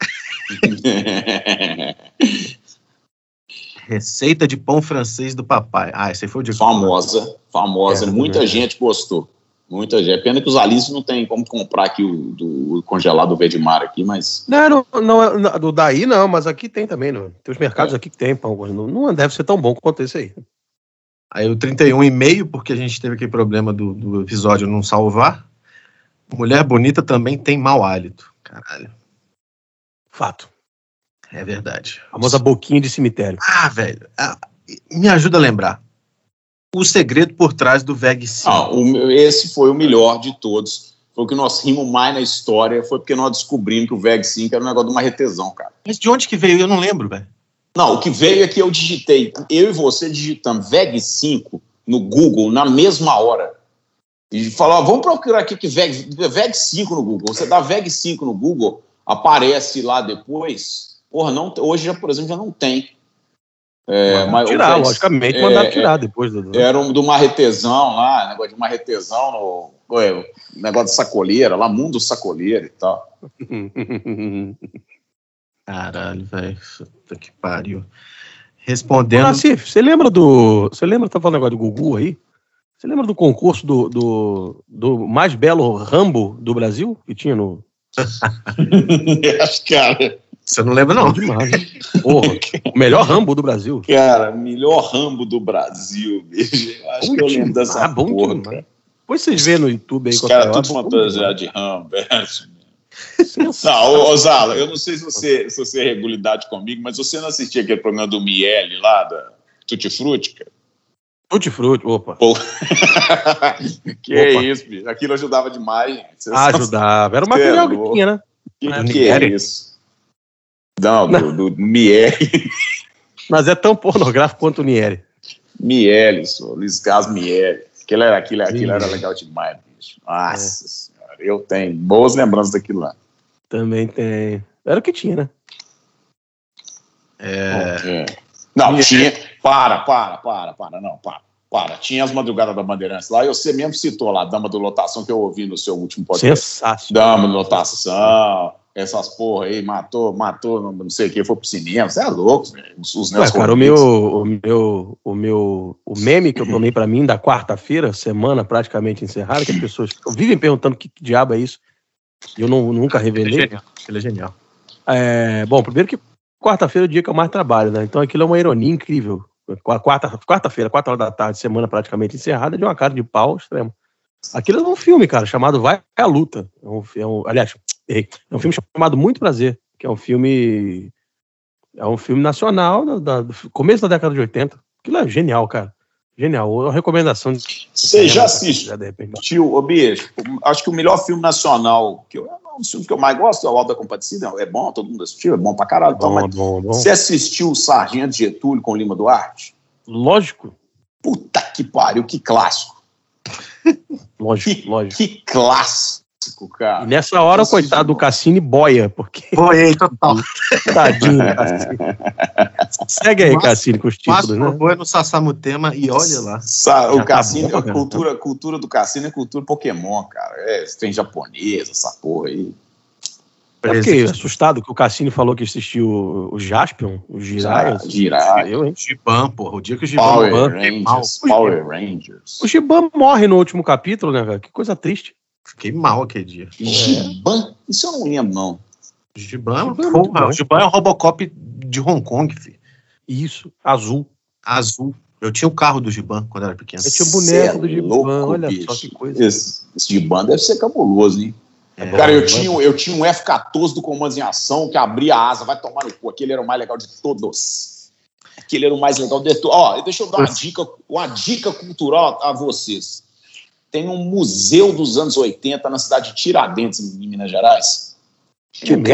S4: Receita de pão francês do papai. Ah, esse aí foi o Dicró.
S2: Famosa. Muita gente gostou. Muita gente. É pena que os Alice não tem como comprar aqui o congelado verde mar aqui, mas...
S6: Não, do daí não, mas aqui tem também. Não. Tem os mercados aqui que tem pão. Não deve ser tão bom quanto esse aí.
S4: Aí o 31,5, porque a gente teve aquele problema do episódio não salvar. Mulher bonita também tem mau hálito. Caralho.
S6: Fato.
S4: É verdade.
S6: A famosa boquinha de cemitério.
S4: Ah, velho. Me ajuda a lembrar. O segredo por trás do VEG 5.
S2: Esse foi o melhor de todos. Foi o que nós rimos mais na história. Foi porque nós descobrimos que o VEG 5 era um negócio de uma retesão, cara.
S4: Mas de onde que veio? Eu não lembro, velho.
S2: Não, o que veio é que eu digitei. Eu e você digitamos VEG 5 no Google na mesma hora. E falou, vamos procurar aqui que VEG 5 no Google. Você dá VEG 5 no Google, aparece lá depois. Porra, não, hoje, já, por exemplo, já não tem.
S6: Logicamente, mandaram tirar depois do...
S2: Era de uma retesão lá, negócio de uma retesão no negócio de sacoleira, lá, mundo sacoleiro e tal.
S4: Caralho, velho, puta que pariu. Respondendo...
S6: Você lembra tá falando negócio do Gugu aí? Você lembra do concurso do mais belo Rambo do Brasil? Que tinha no...
S2: Acho, cara...
S4: Você não lembra, não?
S6: Demais, hein? Porra, o melhor Rambo do Brasil.
S2: Cara, melhor Rambo do Brasil, bicho. Acho que eu lembro dessa porra,
S6: demais.
S2: cara.
S6: Depois vocês vêem no YouTube aí.
S2: Os caras tudo fantasiados de Rambo. Não, ô Zala, eu não sei se você é regularidade comigo, mas você não assistia aquele programa do Miele lá, da Tutti Frutti, cara?
S6: Tutti Frutti, opa.
S2: Que é isso, bicho. Aquilo ajudava demais, gente.
S6: Ajudava. Era o material que tinha, né?
S2: Que é isso? Não, do Miele.
S6: Mas é tão pornográfico quanto o Nieri.
S2: Miele, Luiz Carlos Miele. Aquilo era legal demais, bicho. Nossa senhora, eu tenho boas lembranças daquilo lá.
S6: Também tem. Era o que tinha, né?
S2: Não, tinha. Para. Tinha as madrugadas da Bandeirantes lá, e você mesmo citou lá, Dama do Lotação, que eu ouvi no seu último podcast.
S6: Sensacional.
S2: Dama do Lotação, essas porra aí, matou, não sei o que, foi pro cinema. Você é louco, velho. Os
S6: cara, o meme que eu tomei pra mim da quarta-feira, semana praticamente encerrada, que as pessoas vivem perguntando que diabo é isso. E eu nunca revelei.
S4: Ele é genial.
S6: Bom, primeiro que quarta-feira é o dia que eu mais trabalho, né? Então aquilo é uma ironia incrível. Quarta-feira, 4 horas da tarde, semana praticamente encerrada, de uma cara de pau extremo. Aquilo é um filme, cara, chamado Vai à Luta. Aliás, é um filme chamado Muito Prazer, que é um filme nacional do começo da década de 80. Aquilo é genial, cara. Genial. Uma recomendação.
S2: Você já assistiu, ô bicho? Acho que o melhor filme nacional, um filme que eu mais gosto, é o Auto da Compadecida. É bom, todo mundo assistiu, é bom pra caralho. Bom. Você assistiu o Sargento Getúlio com Lima Duarte?
S6: Lógico.
S2: Puta que pariu, que clássico.
S6: Lógico.
S2: Que clássico, cara.
S6: E nessa hora, coitado do Cassini boia, porque...
S4: Boiei total.
S6: Tadinho, Cassini. Segue aí, Cassini, com os títulos, né?
S4: Foi no Sassamutema e olha lá.
S2: O Cassini, a cultura do Cassini é cultura Pokémon, cara. Tem japonês, essa porra aí.
S6: Eu fiquei assustado que o Cassini falou que assistiu o Jaspion, o Jiraiya.
S2: Eu, hein?
S4: Giban, porra. O dia que o Giban
S2: Power Rangers.
S6: O Giban morre no último capítulo, né, cara? Que coisa triste.
S4: Fiquei mal aquele dia.
S2: Giban? Isso eu não lembro, não.
S4: O Giban é o Robocop de Hong Kong, filho.
S6: Isso, azul. Eu tinha o carro do Giban quando era pequeno. Eu tinha o boneco do Giban, olha bicho. Só que coisa.
S2: Esse Giban deve ser cabuloso, hein? Cara, eu tinha um F-14 do Comandos em Ação que abria a asa, vai tomar no cu. Aquele era o mais legal de todos. Aquele era o mais legal de todos. Ó, deixa eu dar uma dica cultural a vocês. Tem um museu dos anos 80 na cidade de Tiradentes, em Minas Gerais. Que o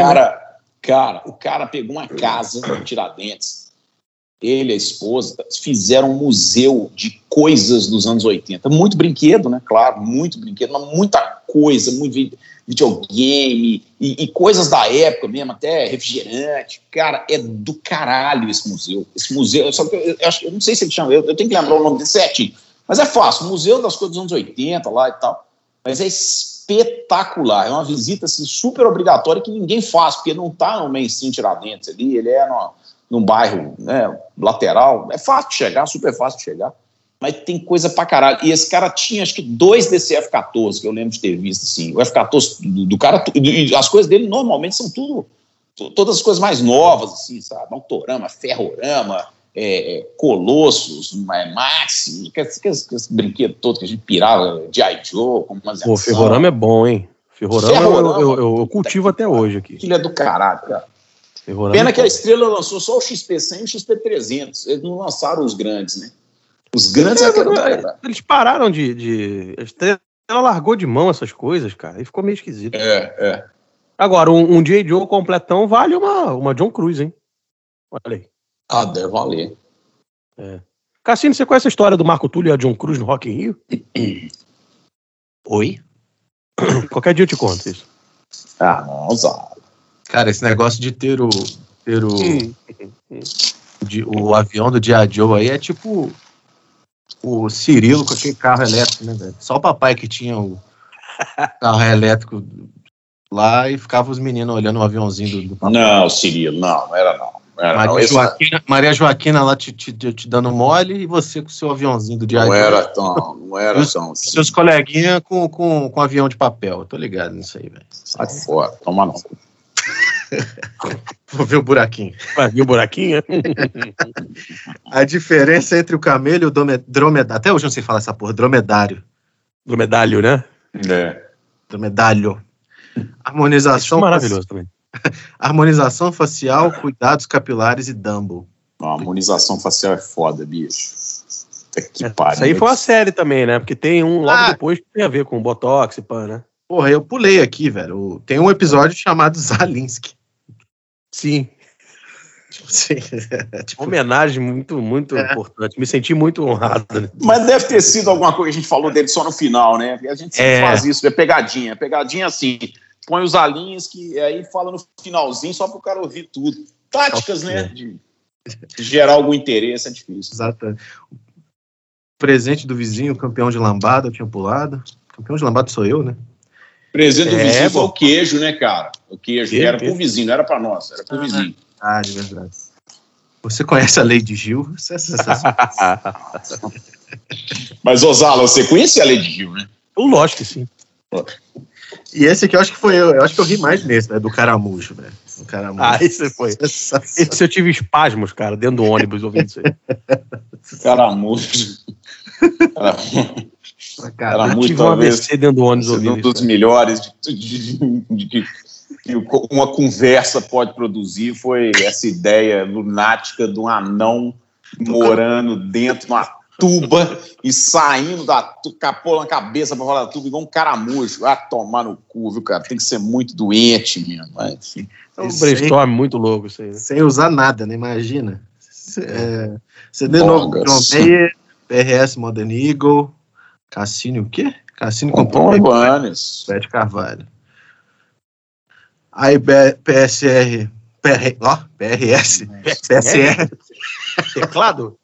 S2: cara pegou uma casa em Tiradentes. Ele e a esposa fizeram um museu de coisas dos anos 80. Muito brinquedo, né? Claro, muito brinquedo, mas muita coisa, muito videogame e coisas da época mesmo, até refrigerante. Cara, é do caralho esse museu. Esse museu, eu não sei se ele chama, eu tenho que lembrar o nome dele certinho. Mas é fácil, Museu das Coisas dos anos 80 lá e tal. Mas é espetacular, é uma visita assim, super obrigatória que ninguém faz, porque não tá no mainstream Tiradentes ali, ele é num bairro, né, lateral, é fácil de chegar, super fácil de chegar, mas tem coisa pra caralho. E esse cara tinha, acho que 2 desse F-14, que eu lembro de ter visto, assim, o F-14 do cara, as coisas dele normalmente são todas as coisas mais novas, assim, sabe, Autorama, Ferrorama, Colossus, Maxi, esse brinquedo todo que a gente pirava, G.I. Joe, como umas.
S6: Pô, Ferrorama é bom, hein? Ferrorama eu cultivo até hoje aqui.
S2: Aquilo é do caralho, cara. Pena que a Estrela lançou só o XP100 e o XP300. Eles não lançaram os grandes, né? Os grandes
S6: eles pararam de... A Estrela largou de mão essas coisas, cara, e ficou meio esquisito. Agora, um G.I. Joe completão vale uma John Cruise, hein? Olha aí.
S2: Deve valer.
S6: Cassino, você conhece a história do Marco Túlio e a John Cruise no Rock in Rio?
S4: Oi?
S6: Qualquer dia eu te conto isso.
S2: Não, Zara.
S4: Cara, esse negócio de ter o avião do G.I. Joe aí é tipo o Cirilo com aquele carro elétrico, né, velho? Só o papai que tinha o carro elétrico lá e ficava os meninos olhando o aviãozinho do papai.
S2: Não, Cirilo, não era não.
S4: Maria Joaquina lá te dando mole e você com o seu aviãozinho do dia a dia.
S2: Não era tão.
S4: Seus coleguinhas com avião de papel. Eu tô ligado nisso aí, velho.
S2: Sai fora, toma não.
S4: Vou ver o buraquinho.
S6: Vai ver o buraquinho?
S4: A diferença entre o camelo e o dromedário. Até hoje eu não sei falar essa porra. Dromedário.
S6: Dromedário, né?
S4: Dromedário. Harmonização.
S6: Maravilhoso também.
S4: Harmonização facial, cuidados capilares e Dumble.
S2: A harmonização facial é foda, bicho. Que pariu.
S6: Isso aí foi uma série também, né? Porque tem um logo depois que tem a ver com Botox e pã, né?
S4: Porra, eu pulei aqui, velho. Tem um episódio chamado Zalinski.
S6: Sim.
S4: Sim.
S6: Homenagem muito importante. Me senti muito honrado. Né?
S2: Mas deve ter sido alguma coisa que a gente falou dele só no final, né? A gente sempre faz isso, é pegadinha. Pegadinha assim, põe os Zalinski e aí fala no finalzinho só pro cara ouvir tudo. Táticas, né? De gerar algum interesse, é difícil.
S4: Exato. O presente do vizinho, campeão de lambada, eu tinha pulado. Campeão de lambada sou eu, né?
S2: Presente do vizinho foi o queijo, né, cara? O queijo, que era pro vizinho, não era pra nós, era pro vizinho.
S4: Ah, de verdade. Você conhece a Lady Gil?
S2: Mas, Osala, você conhecia a Lady Gil, né?
S6: Lógico que sim.
S4: E esse aqui eu acho que foi eu acho que eu ri mais nesse, né? Do Caramujo, velho.
S6: Esse foi. Esse eu tive espasmos, cara, dentro do ônibus ouvindo isso aí.
S2: Caramujo.
S6: Cara, eu tive um AVC dentro do ônibus ouvindo
S2: um dos melhores que uma conversa pode produzir foi essa ideia lunática de um anão morando dentro de uma tuba e saindo da capô na cabeça pra falar da tuba igual um caramujo. Ah, tomar no cu, viu, cara? Tem que ser muito doente mesmo. Mas, enfim.
S6: É um brainstorm muito louco isso aí. Né?
S4: Sem usar nada, né? Imagina. CD novo, John Mayer, PRS Modern Eagle, Cassini o quê? Cassini comprou
S2: Urbanes.
S4: Bete Carvalho. Aí PSR, PRS, PSR.
S6: Teclado?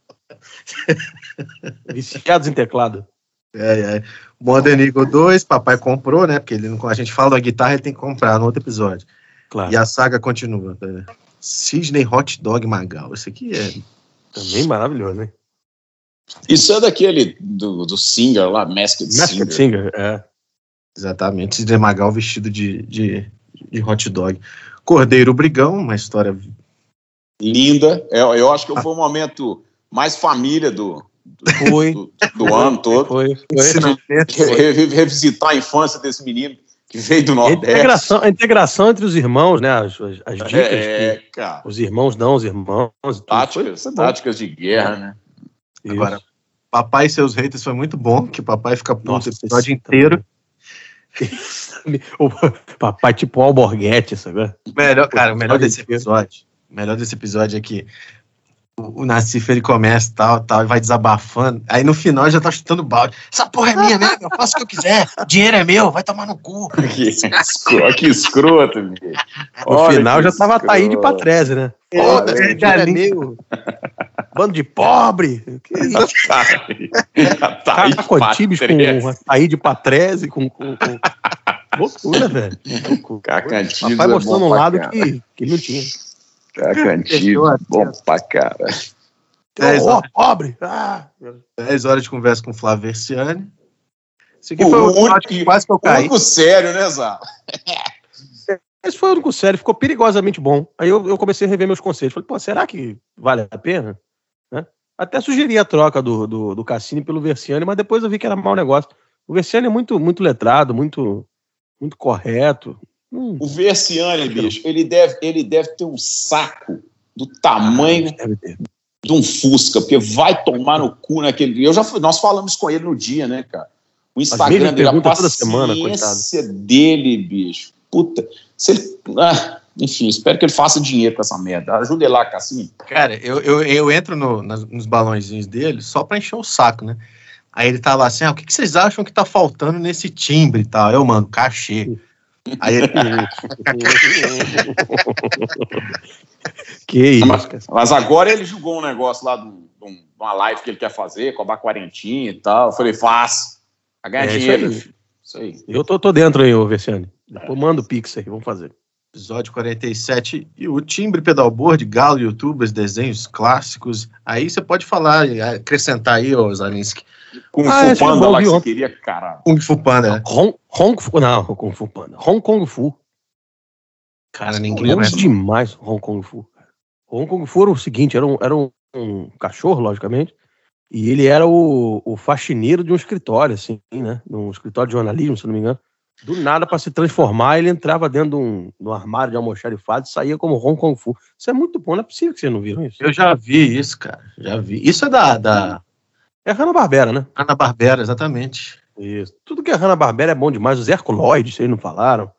S6: Viciados em teclado.
S4: Modern Eagle 2, papai comprou, né? Porque a gente fala da guitarra, ele tem que comprar no outro episódio.
S6: Claro.
S4: E a saga continua. Sidney Hot Dog Magal. Isso aqui é
S6: também maravilhoso, né?
S2: Isso é daquele do Singer lá, Masked
S6: Singer, é.
S4: Exatamente, Sidney Magal vestido de hot dog. Cordeiro Brigão, uma história
S2: linda. Eu acho que foi o momento mais família do ano todo.
S6: Foi.
S2: Revisitar a infância desse menino que veio do Nordeste.
S6: A integração entre os irmãos, né? As dicas
S2: cara.
S6: Os irmãos dão os irmãos.
S2: Táticas de guerra, né?
S4: Isso. Agora, Papai e seus haters foi muito bom, que o papai fica puto o episódio inteiro.
S6: O papai tipo o Alborguete, sabe?
S4: O melhor desse episódio é que o Nassif, ele começa tal, e vai desabafando, aí no final já tá chutando balde. Essa porra é minha mesmo, eu faço o que eu quiser, o dinheiro é meu, vai tomar no cu.
S2: Que escroto, meu.
S6: No final já tava Taíde de Patrese, né? O dinheiro é meu. Bando de pobre. Que isso? Cacotibes com Taíde de Patrese, com... Loucura, velho. Papai mostrando um lado que não tinha.
S2: Cacantivo, bom pra cara.
S6: Pobre.
S4: 10 horas de conversa com o Flávio Versiani. Isso aqui foi o único quase que eu caí.
S2: O único sério, né, Zá?
S6: Esse foi o único sério, ficou perigosamente bom. Aí eu comecei a rever meus conceitos. Falei, será que vale a pena? Né? Até sugeri a troca do Cassini pelo Versiani, mas depois eu vi que era mau negócio. O Versiani é muito, muito letrado, muito correto.
S2: O Versiani, bicho, ele deve ter um saco do tamanho de um Fusca, porque vai tomar no cu naquele... Nós falamos com ele no dia, né, cara? O Instagram dele, a paciência dele, bicho. Puta, se ele... enfim, espero que ele faça dinheiro com essa merda. Ajuda ele lá, Cassinho.
S4: Cara, eu entro nos balãozinhos dele só pra encher o saco, né? Aí ele tá lá assim, o que vocês acham que tá faltando nesse timbre e tal? Eu mando, cachê. Aí ele...
S6: Que isso,
S2: mas agora ele julgou um negócio lá de uma live que ele quer fazer, cobrar 40 e tal. Eu falei, faz. Vai ganhar dinheiro.
S6: Isso aí. Eu tô dentro aí, ô Versiani. Depois manda o Pix aí, vamos fazer.
S4: Episódio 47. E o timbre pedalboard, Galo, youtubers, desenhos clássicos. Aí você pode falar, acrescentar aí, ô Zalinski.
S2: Kung Fu Panda lá que você queria, caralho.
S4: Kung Fu Panda, né?
S6: Kung Fu Panda. Hong Kong Fu.
S4: Cara, ninguém
S6: conhece demais Hong Kong Fu. Hong Kong Fu era o seguinte, era um cachorro, logicamente, e ele era o faxineiro de um escritório, assim, né? Num escritório de jornalismo, se não me engano. Do nada, para se transformar, ele entrava dentro de um armário de almoxarifado e saía como Hong Kong Fu. Isso é muito bom, não é possível que vocês não viram isso.
S4: Eu já vi isso, cara. Já vi. Isso é da...
S6: É Hanna-Barbera, né?
S4: Hanna-Barbera, exatamente.
S6: Isso. Tudo que é Hanna-Barbera é bom demais. Os Herculoides, vocês não falaram.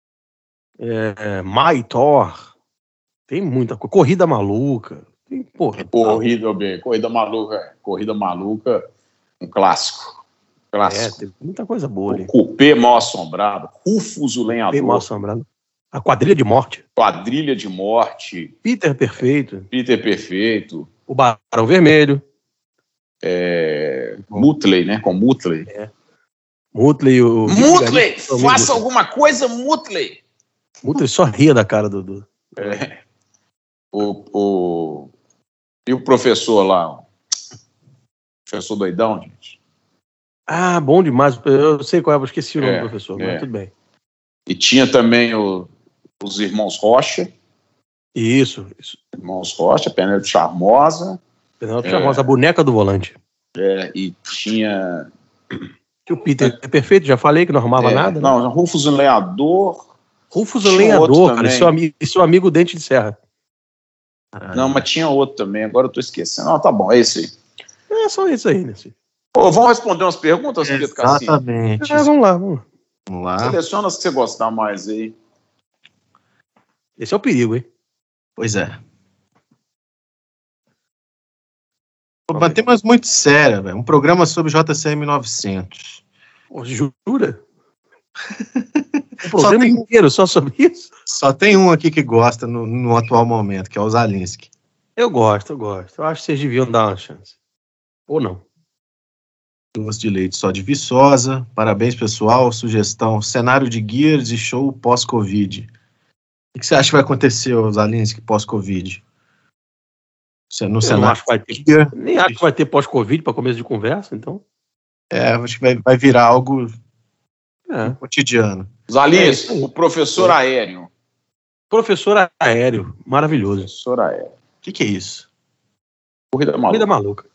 S6: Thor. Tem muita coisa. Corrida Maluca. Tem, porra.
S2: Corrida Maluca, um clássico.
S6: Tem muita coisa boa ali.
S2: O Cupê Mal Assombrado, Rufus o Lenhador.
S6: Mal Assombrado. A Quadrilha de Morte.
S2: Peter Perfeito.
S6: O Barão Vermelho.
S2: Mutley, né? Com Mutley.
S6: Mutley,
S2: Mutley! Faça alguma coisa, Mutley!
S6: Mutley só ria da cara do...
S2: E o professor lá? Professor doidão, gente.
S6: Ah, bom demais. Eu sei qual é, eu esqueci o nome do professor, mas tudo bem.
S2: E tinha também os irmãos Rocha.
S6: Isso.
S2: Irmãos Rocha, Penélope Charmosa.
S6: A boneca do volante.
S2: E tinha...
S6: Que o Peter é perfeito, já falei que não arrumava nada.
S2: Não, né? Rufus o Lenhador.
S6: Rufus o Lenhador, cara, seu amigo Dente de Serra.
S2: Não, mas tinha outro também, agora eu tô esquecendo. Não, tá bom, é esse aí.
S6: É só isso aí, né?
S2: Vamos responder umas perguntas, Pedro Cassinho?
S4: Exatamente.
S6: Vamos lá.
S2: Seleciona as que você gostar mais aí.
S6: Esse é o perigo, hein?
S4: Pois é. Mas tem umas muito sérias, velho. Um programa sobre JCM 900.
S6: Jura? Um programa inteiro só sobre isso?
S4: Só tem um aqui que gosta no atual momento, que é o Zalinski.
S6: Eu gosto. Eu acho que vocês deviam dar uma chance. Ou não.
S4: Doce de leite só de Viçosa. Parabéns, pessoal. Sugestão: cenário de Gears e show pós-Covid. O que você acha que vai acontecer, Zalinski, pós-Covid? No cenário,
S6: acho que vai ter. Nem acho que vai ter pós-Covid para começo de conversa, então.
S4: Acho que vai virar algo cotidiano.
S2: Zalinski, o professor aéreo.
S6: Professor aéreo, maravilhoso.
S2: Professor aéreo.
S4: O que é isso?
S2: Corrida Maluca.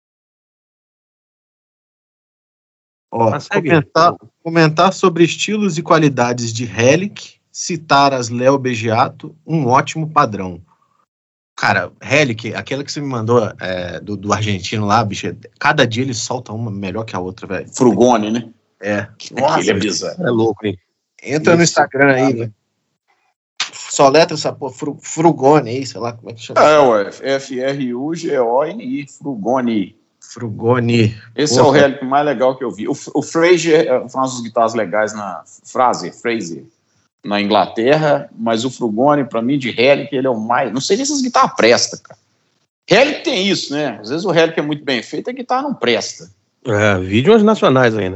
S4: Comentar sobre estilos e qualidades de Helic, citar as Léo Begiato, um ótimo padrão. Cara, Helic, aquela que você me mandou do argentino lá, bicho, cada dia ele solta uma melhor que a outra, velho.
S2: Frugone, né?
S4: Nossa,
S2: ele é bizarro.
S6: É louco, hein?
S4: Entra no Instagram aí, velho. Só letra essa porra, Frugone aí, sei lá como é que chama.
S2: Frugoni,
S4: Frugone.
S2: Esse é o Helic mais legal que eu vi. O Fraser faz umas guitarras legais Fraser, na Inglaterra, mas o Frugone, pra mim, de Helic, ele é o mais... Não sei nem se as guitarras prestam, cara. Helic tem isso, né? Às vezes o Helic é muito bem feito, a guitarra não presta.
S6: Vídeos nacionais ainda.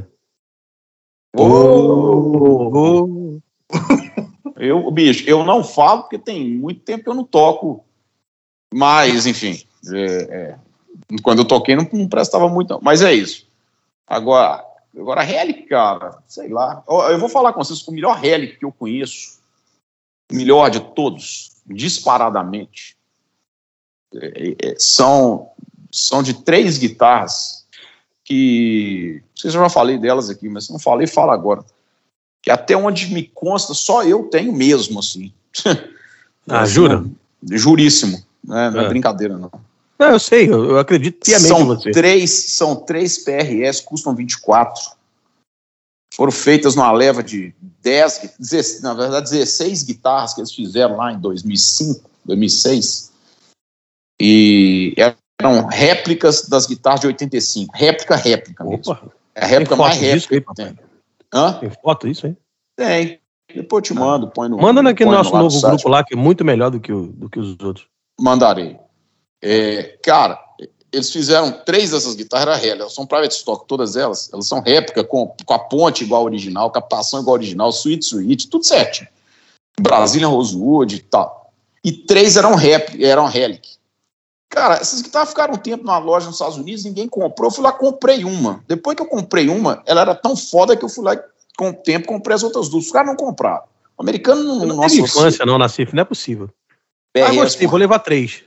S2: Bicho, eu não falo porque tem muito tempo que eu não toco, mas, enfim, quando eu toquei não prestava muito, não. Mas é isso. Agora Helic, cara, sei lá, eu vou falar com vocês que o melhor Helic que eu conheço, o melhor de todos, disparadamente, são de 3 guitarras que, não sei se eu já falei delas aqui, mas se não falei, fala agora. Que até onde me consta, só eu tenho mesmo, assim.
S6: Jura?
S2: Juríssimo, né? Não é brincadeira, não.
S6: Não, eu sei, eu acredito piamente em você.
S2: São 3 PRS, custam 24. Foram feitas numa leva de 16 guitarras que eles fizeram lá em 2005, 2006. E eram réplicas das guitarras de 85. Réplica mesmo.
S6: Opa.
S2: É a réplica mais réplica que
S6: tem. Tem foto disso aí?
S2: Tem. Depois eu te mando.
S6: Manda naquele nosso novo grupo lá, que é muito melhor do que os outros.
S2: Mandarei. Cara, eles fizeram 3 dessas guitarras Helic. Elas são private stock, todas elas. Elas são réplica com a ponte igual ao original, captação igual ao original, switch, tudo certinho. Brazilian Rosewood e tal. E 3 eram Relic. Cara, essas guitarras ficaram um tempo na loja nos Estados Unidos, ninguém comprou. Eu fui lá, comprei uma. Depois que eu comprei uma, ela era tão foda que eu fui lá e com o tempo comprei as outras duas. Os caras não compraram. O americano não
S6: teve infância, não, Nassif, não é possível. Gostei, vou levar 3.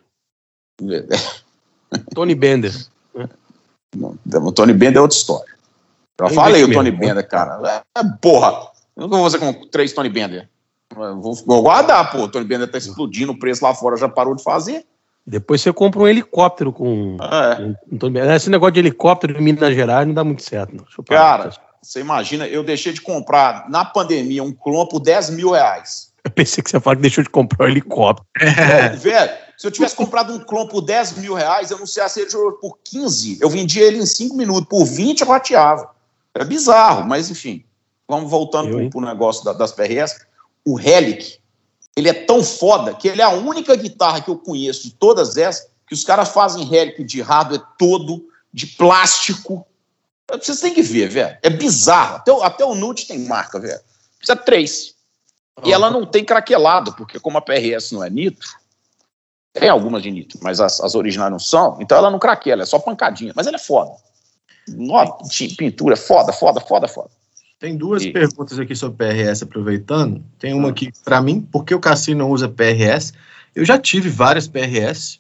S6: Tony Bender.
S2: O Tony Bender é outra história. Eu falei o Tony Bender, cara. Porra, eu não vou fazer com 3 Tony Bender. Vou guardar, pô. O Tony Bender tá explodindo, o preço lá fora já parou de fazer.
S6: Depois você compra um helicóptero com Tony Bender. Esse negócio de helicóptero em Minas Gerais não dá muito certo, não.
S2: Cara, você imagina, eu deixei de comprar na pandemia um clon por R$10 mil.
S6: Eu pensei que você ia falar que deixou de comprar um helicóptero.
S2: Velho, se eu tivesse comprado um clon por R$10 mil, eu não sei se ele por 15. Eu vendia ele em 5 minutos. Por 20 eu rateava. É bizarro, mas enfim. Vamos voltando pro negócio das PRS. O Relic, ele é tão foda que ele é a única guitarra que eu conheço de todas essas que os caras fazem Relic de hardware todo, de plástico. Vocês têm que ver, velho. É bizarro. Até o Nut tem marca, velho. Precisa 3. E ela não tem craquelado, porque como a PRS não é nitro, tem algumas de nitro, mas as originais não são, então ela não craquela, é só pancadinha. Mas ela é foda. Pintura, foda.
S3: Tem 2 perguntas aqui sobre PRS, aproveitando. Tem uma aqui, pra mim, por que o Cassino não usa PRS? Eu já tive várias PRS.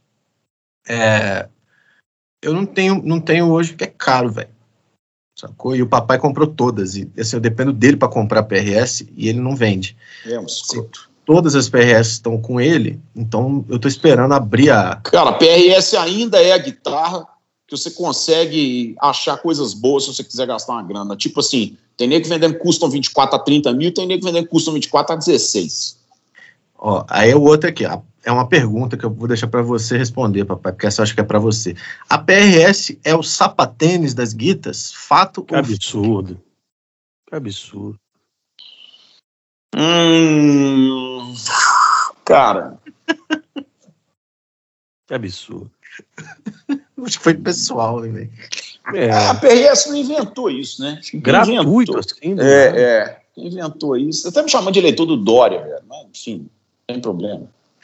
S3: Eu não tenho hoje, porque é caro, velho. Sacou? E o papai comprou todas. E assim, eu dependo dele para comprar PRS e ele não vende. Todas as PRS estão com ele, então eu tô esperando abrir a...
S2: Cara, PRS ainda é a guitarra que você consegue achar coisas boas se você quiser gastar uma grana. Tipo assim, tem nego vendendo Custom 24 a 30 mil, tem nego vendendo Custom 24 a 16.
S3: Ó, aí o outro aqui, é uma pergunta que eu vou deixar para você responder, papai, porque essa eu acho que é para você. A PRS é o sapatênis das guitas? Fato
S6: ou absurdo? Que absurdo.
S2: Cara.
S6: Que absurdo.
S3: Acho que foi pessoal, hein, velho?
S2: A PRS não inventou isso, né?
S6: Gratuito, assim. Né?
S2: Quem inventou isso? Você tá me chamando de eleitor do Dória, velho. Mas, enfim, não tem problema.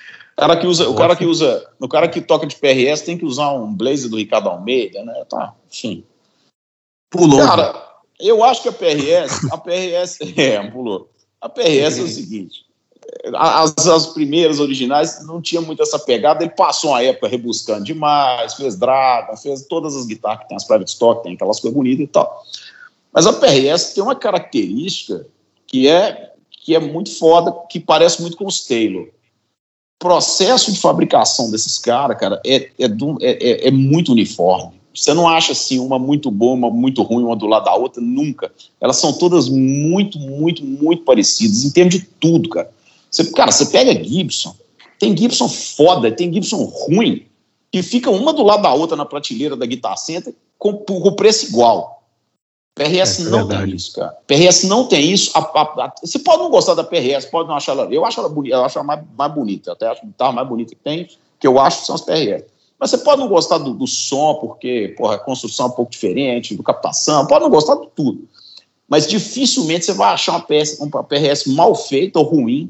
S2: O cara que toca de PRS tem que usar um blazer do Ricardo Almeida, né? Tá, enfim.
S3: Pulou.
S2: Cara, eu acho que a PRS pulou. A PRS é o seguinte, as primeiras originais não tinha muito essa pegada, ele passou uma época rebuscando demais, fez Dragon, fez todas as guitarras que tem as private stock, tem aquelas coisas bonitas e tal. Mas a PRS tem uma característica que é muito foda, que parece muito com os Taylor. O processo de fabricação desses caras, cara, é muito uniforme. Você não acha assim uma muito boa, uma muito ruim, uma do lado da outra, nunca. Elas são todas muito, muito, muito parecidas em termos de tudo, cara. Você pega Gibson, tem Gibson foda, tem Gibson ruim, que fica uma do lado da outra na prateleira da Guitar Center com preço igual. PRS não tem isso, cara. PRS não tem isso. Você pode não gostar da PRS, pode não achar ela. Eu acho ela bonita, eu acho ela mais bonita. Eu até acho a guitarra mais bonita que tem, que eu acho que são as PRS. Mas você pode não gostar do som, porque a construção é um pouco diferente, do captação, pode não gostar de tudo. Mas dificilmente você vai achar uma PRS mal feita ou ruim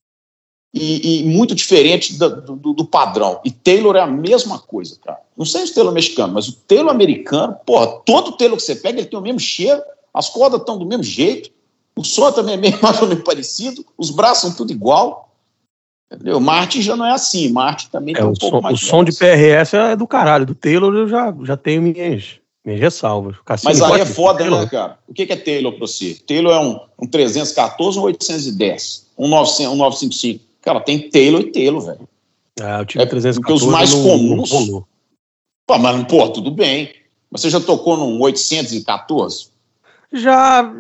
S2: e muito diferente do padrão. E Taylor é a mesma coisa, cara. Não sei se o Taylor mexicano, mas o Taylor americano, todo Taylor que você pega, ele tem o mesmo cheiro, as cordas estão do mesmo jeito, o som também é mais ou menos parecido, os braços são tudo igual. Entendeu? Martin já não é assim, Martin também tem um pouco mais.
S6: O som de PRS é do caralho, do Taylor eu já tenho minhas ressalvas.
S2: Mas aí é foda, né, cara? O que é Taylor pra você? Taylor é um 314 ou um 810? Um 955? Cara, tem Taylor e Taylor, velho.
S6: Eu tive 314.
S2: Porque os mais comuns. Mas, tudo bem. Mas você já tocou num 814?
S6: Já.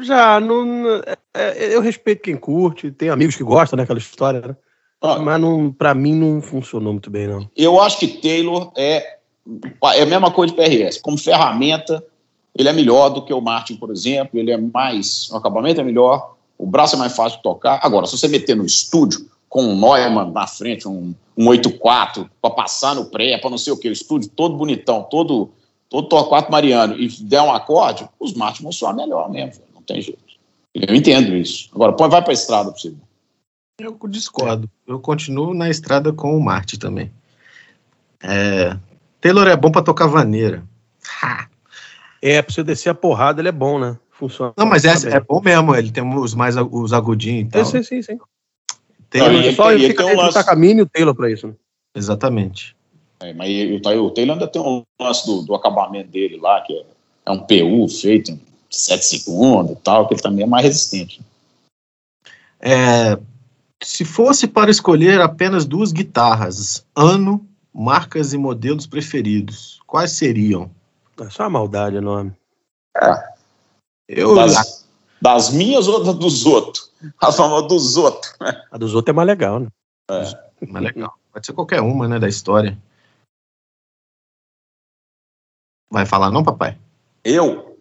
S6: Eu respeito quem curte, tem amigos que gostam, né? Aquela história, né? Mas pra mim não funcionou muito bem, não.
S2: Eu acho que Taylor é a mesma coisa de PRS. Como ferramenta, ele é melhor do que o Martin, por exemplo. Ele é mais... O acabamento é melhor, o braço é mais fácil de tocar. Agora, se você meter no estúdio com um Neumann na frente, um 8.4, para passar no pré, para não sei o que, o estúdio todo bonitão, todo Torquato Mariano, e der um acorde, os Martin vão soar melhor mesmo. Não tem jeito. Eu entendo isso. Agora, vai para a estrada para você ver.
S4: Eu discordo. Eu continuo na estrada com o Marty também. Taylor é bom pra tocar vaneira.
S6: Pra você descer a porrada, ele é bom, né? Funciona.
S4: Não, mas é bom mesmo. Ele tem os agudinhos e tal.
S6: Sim.
S4: Taylor,
S6: só ele fica dentro do Takamine e o Taylor pra isso, né?
S4: Exatamente.
S2: Mas o Taylor ainda tem um lance do acabamento dele lá, que é um PU feito em 7 segundos e tal, que ele também é mais resistente.
S4: Se fosse para escolher apenas 2 guitarras, ano, marcas e modelos preferidos, quais seriam?
S6: É só uma maldade enorme.
S2: Das minhas ou dos outros? A fama dos outros.
S6: A dos outros é mais legal, né?
S4: Mais legal. Pode ser qualquer uma, né, da história. Vai falar não, papai?
S2: Eu?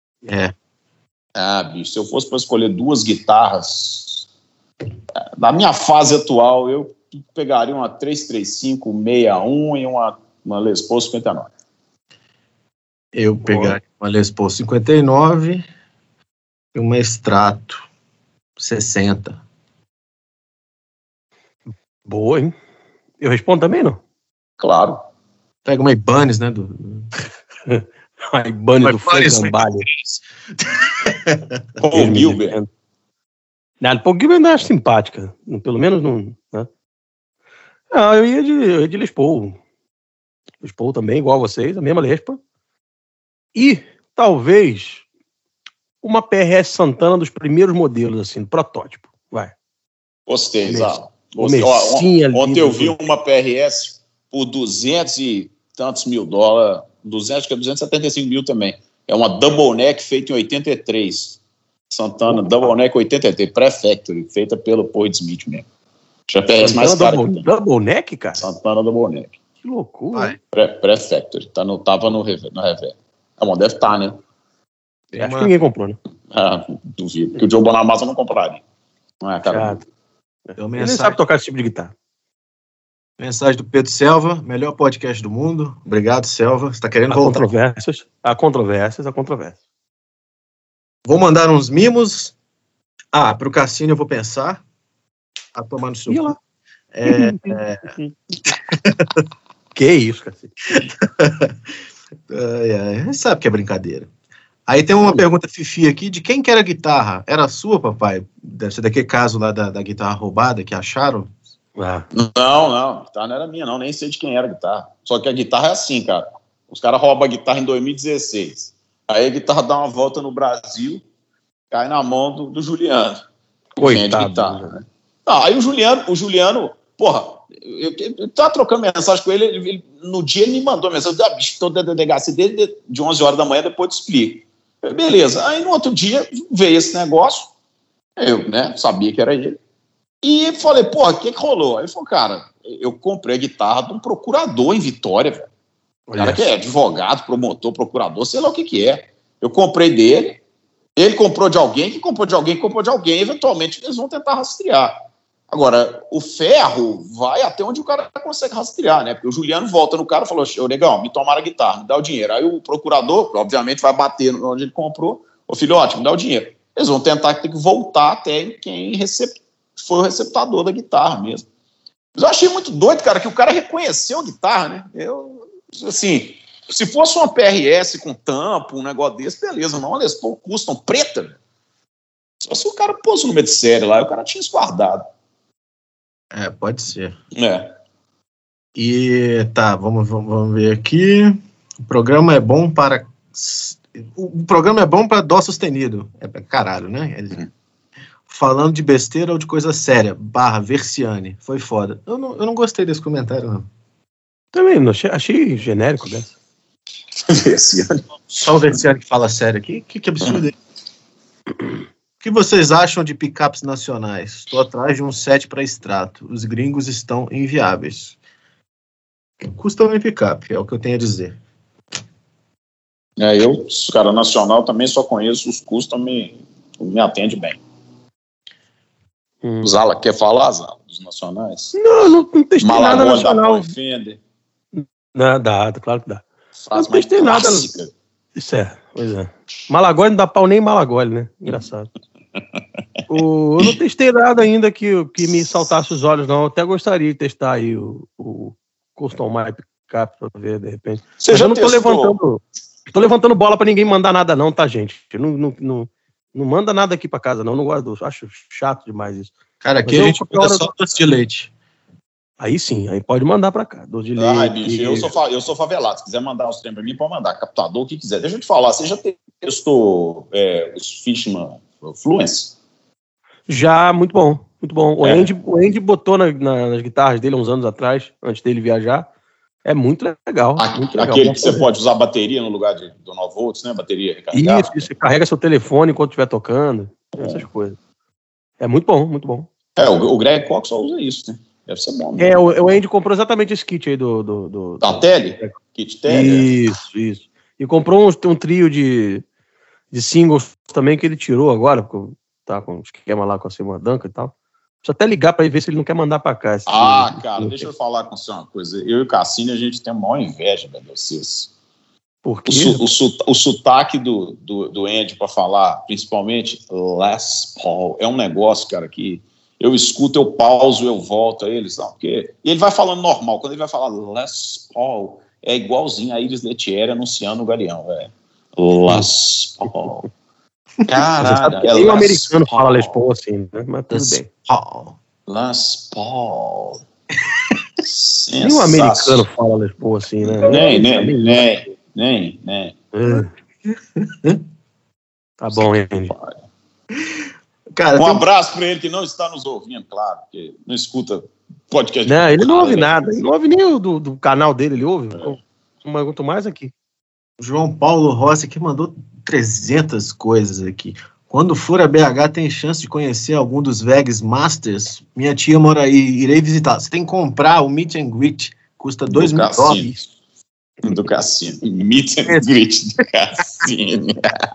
S2: Bicho, se eu fosse para escolher 2 guitarras, na minha fase atual, eu pegaria uma 335-61 e uma Les Paul 59.
S4: Eu pegaria uma Les Paul 59 e uma Strato 60.
S6: Boa, hein? Eu respondo também, não?
S2: Claro.
S4: Pega uma Ibanez, né?
S6: A Ibanez do Frank Gambale.
S2: Paul Gilbert.
S6: Não, Paul Gilbert não acho simpática. Pelo menos não. Né? Eu ia de Les Paul. Les Paul também, igual a vocês, a mesma Lespa. E, talvez, uma PRS Santana dos primeiros modelos, assim, do protótipo. Vai.
S2: Gostei, Zala.
S6: Ontem
S2: eu vi uma PRS por 200 e tantos mil dólares. 275 mil também. É uma double neck feita em 83. Santana, double neck 83, pré-factory, feita pelo Paul Smith mesmo. Já PRS mais cara que tem.
S6: Double neck, cara?
S2: Santana double neck.
S6: Que loucura.
S2: Pré-factory. Tava no rever. Deve estar, né?
S6: Acho que ninguém comprou, né?
S2: Duvido. Porque o Joe Bonamassa não compraria. Não é, cara?
S6: Ele nem sabe tocar esse tipo de guitarra.
S4: Mensagem do Pedro Selva, melhor podcast do mundo. Obrigado, Selva. Você tá querendo voltar?
S6: Há controvérsias.
S4: Vou mandar uns mimos. Pro Cassino eu vou pensar. Tomar no seu cu.
S6: Que isso, Cassino?
S4: Sabe que é brincadeira. Aí tem uma pergunta fifi aqui, de quem que era a guitarra? Era sua, papai? Deve ser daquele caso lá da guitarra roubada que acharam?
S2: Não, a guitarra não era minha, não. Nem sei de quem era a guitarra. Só que a guitarra é assim, cara. Os caras roubam a guitarra em 2016. Aí a guitarra dá uma volta no Brasil, cai na mão do Juliano.
S6: Coitado.
S2: Guitarra, né? Aí o Juliano, porra, eu tava trocando mensagem com ele, no dia ele me mandou mensagem, bicho, tô dentro da delegacia dele de 11 horas da manhã, depois eu te explico. Beleza. Aí no outro dia veio esse negócio, eu, né, sabia que era ele. E falei, porra, o que rolou? Aí ele falou, cara, eu comprei a guitarra de um procurador em Vitória, velho. O cara que é advogado, promotor, procurador, sei lá o que é. Eu comprei dele, ele comprou de alguém, que comprou de alguém, eventualmente eles vão tentar rastrear. Agora, o ferro vai até onde o cara consegue rastrear, né? Porque o Juliano volta no cara e falou, negão, me tomaram a guitarra, me dá o dinheiro. Aí o procurador, obviamente, vai bater onde ele comprou, filhote, me dá o dinheiro. Eles vão tentar ter que voltar até quem foi o receptador da guitarra mesmo. Mas eu achei muito doido, cara, que o cara reconheceu a guitarra, né? Assim, se fosse uma PRS com tampa, um negócio desse, beleza, não, uma Les Paul Custom preta, velho. Só se o cara pôs o número de série lá, o cara tinha esguardado.
S4: Pode ser.
S6: E
S4: vamos ver aqui. O programa é bom para dó sustenido. Caralho, né? Falando de besteira ou de coisa séria. /Versiane. Foi foda. Eu não gostei desse comentário, não.
S6: Também, não achei genérico dessa.
S2: Versiane.
S4: Só o Versiane que fala sério aqui. Que absurdo é isso? O que vocês acham de picapes nacionais? Estou atrás de um set para extrato. Os gringos estão inviáveis. Custom em picape, é o que eu tenho a dizer.
S2: Eu, cara, nacional, também só conheço os custom, me atende bem. Zala, quer falar, Zala, dos nacionais?
S6: Não testei nada nacional.
S2: Não,
S6: dá, claro que dá.
S2: Não testei nada.
S6: Isso pois é. Malagoli não dá pau nem em Malagoli, né? Engraçado. Eu não testei nada ainda que me saltasse os olhos, não. Eu até gostaria de testar aí o Custom Map Cap pra ver, de repente.
S2: Você já
S6: eu não tô levantando bola pra ninguém mandar nada, não, tá, gente? Não manda nada aqui pra casa, não. Não gosto, acho chato demais isso.
S4: Cara, aqui a gente manda só doce de leite.
S6: Aí sim, aí pode mandar pra cá. Doce de leite.
S2: Ai, bicho, eu sou favelado. Se quiser mandar os trem pra mim, pode mandar. Captador, o que quiser. Deixa eu te falar, você já testou os Fishman Fluence?
S6: Já, muito bom. Muito bom. O Andy botou nas guitarras dele uns anos atrás, antes dele viajar. É muito legal. Muito legal.
S2: Aquele que você pode usar bateria no lugar do 9 volts, né? Bateria recarregada.
S6: Isso. Você carrega seu telefone enquanto estiver tocando. Essas coisas. É muito bom, muito bom.
S2: O Greg Cox só usa isso, né? Deve ser bom. Né?
S6: O Andy comprou exatamente esse kit aí
S2: da Tele? Kit Tele?
S6: Isso. E comprou um trio de singles também que ele tirou agora, porque tá com um esquema lá com a Simon Duncan e tal. Precisa até ligar pra ele ver se ele não quer mandar pra cá.
S2: Cara, deixa eu falar com você uma coisa. Eu e o Cassini, a gente tem a maior inveja de vocês.
S6: Por quê?
S2: O sotaque do Andy pra falar, principalmente Les Paul, é um negócio, cara, que eu escuto, eu pauso, eu volto a eles, não, porque ele vai falando normal. Quando ele vai falar Les Paul, é igualzinho a Iris Letieri anunciando o Galeão, velho. Les Paul. Caralho.
S6: Nem o americano fala Les Paul assim, né? Mas tudo bem.
S2: Les Paul.
S6: Nem o americano fala Les Paul assim, né?
S2: Nem.
S6: Tá bom, Andy.
S2: Cara, um abraço para ele que não está nos ouvindo, claro, porque não escuta podcast.
S6: Não, ele não ouve nada. Ele não ouve nem o do canal dele, ele ouve. Quanto mais aqui.
S4: O João Paulo Rossi aqui mandou 300 coisas aqui. Quando for a BH, tem chance de conhecer algum dos Vegas Masters? Minha tia mora aí, irei visitar. Você tem que comprar o Meet and Greet, custa $2.000.
S2: Do Cassino. Meet and Greet do Cassino.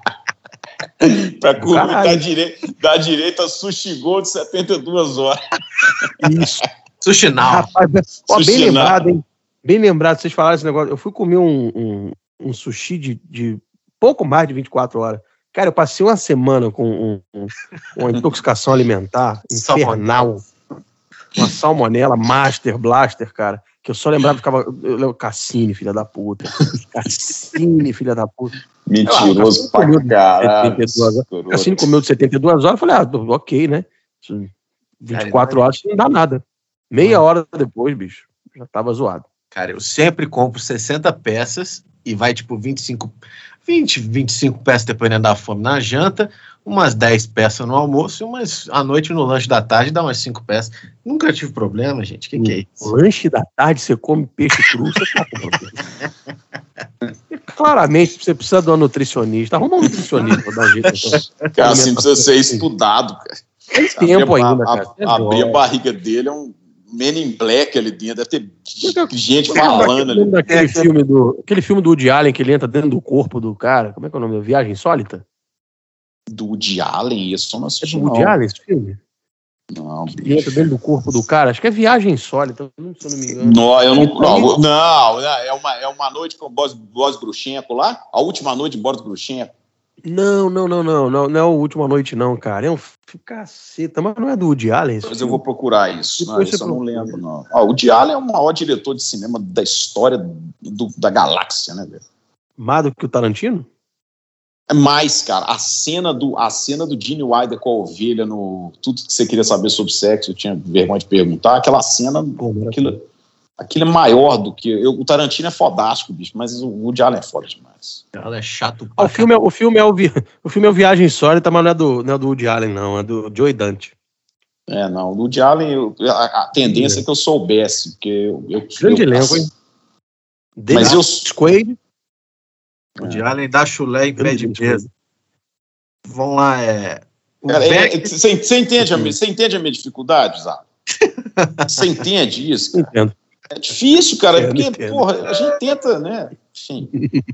S2: Pra dar direito a Sushi Gold de 72 horas.
S6: Isso.
S4: Sushi Now.
S6: Rapaz, bem lembrado, hein? Bem lembrado, vocês falaram esse negócio. Eu fui comer um sushi de pouco mais de 24 horas. Cara, eu passei uma semana com uma intoxicação alimentar infernal. Uma salmonela, Master, Blaster, cara. Que eu só lembrava que ficava... Cassini, filha da puta. Cassini, filha da puta.
S2: Mentiroso pra caralho.
S6: Cassini comeu de 72 horas. Eu falei, ok, né? 24 horas não dá nada. Meia hora depois, bicho, já tava zoado.
S4: Cara, eu sempre compro 60 peças e vai tipo 25 peças dependendo da fome na janta, umas 10 peças no almoço e umas à noite no lanche da tarde dá umas 5 peças. Nunca tive problema, gente. Que é isso?
S6: Lanche da tarde você come peixe cru, você tá com problema. Claramente você precisa de uma nutricionista. Arruma um nutricionista pra dar um jeito. Então.
S2: Cara, assim precisa ser estudado, cara.
S6: Tem tempo ainda, cara.
S2: Abrir a barriga dele é um Men in Black ali dentro, deve ter gente falando ali.
S6: Aquele filme do Woody Allen que ele entra dentro do corpo do cara, como é que é o nome? Viagem Insólita?
S2: Do Woody Allen? Isso não assisti.
S6: É do Woody Allen esse filme?
S2: Não.
S6: Ele entra dentro do corpo do cara, acho que é Viagem Insólita, se eu não me engano.
S2: Não, é uma noite com o Boris Bruchenko lá? A última noite de Boris Bruchenko.
S6: Não é o Última Noite não, cara, é um caceta, mas não é do Woody Allen.
S2: Mas eu vou procurar isso. Isso eu não lembro, não. O Woody Allen é o maior diretor de cinema da história da galáxia, né, velho?
S6: Mais do que o Tarantino?
S2: É mais, cara. A cena do Gene Wilder com a ovelha no Tudo Que Você Queria Saber Sobre Sexo, eu tinha vergonha de perguntar, aquela cena, aquilo é maior do que... O Tarantino é fodástico, bicho, mas o Woody Allen é foda demais.
S4: Ela é chato.
S6: O filme é o Viagem Insólita, mas não é do Woody Allen, não. É do Joey Dante.
S2: Não. O Woody Allen, a tendência é que eu soubesse, porque
S6: grande elenco, hein?
S2: Mas
S6: Quaid.
S4: Woody Allen dá chulé em pé de mesa. Vamos lá,
S2: Você entende a minha dificuldade, Zá? Você entende isso, cara?
S6: Entendo.
S2: É difícil, cara, porque, porra, a gente tenta, né? Enfim.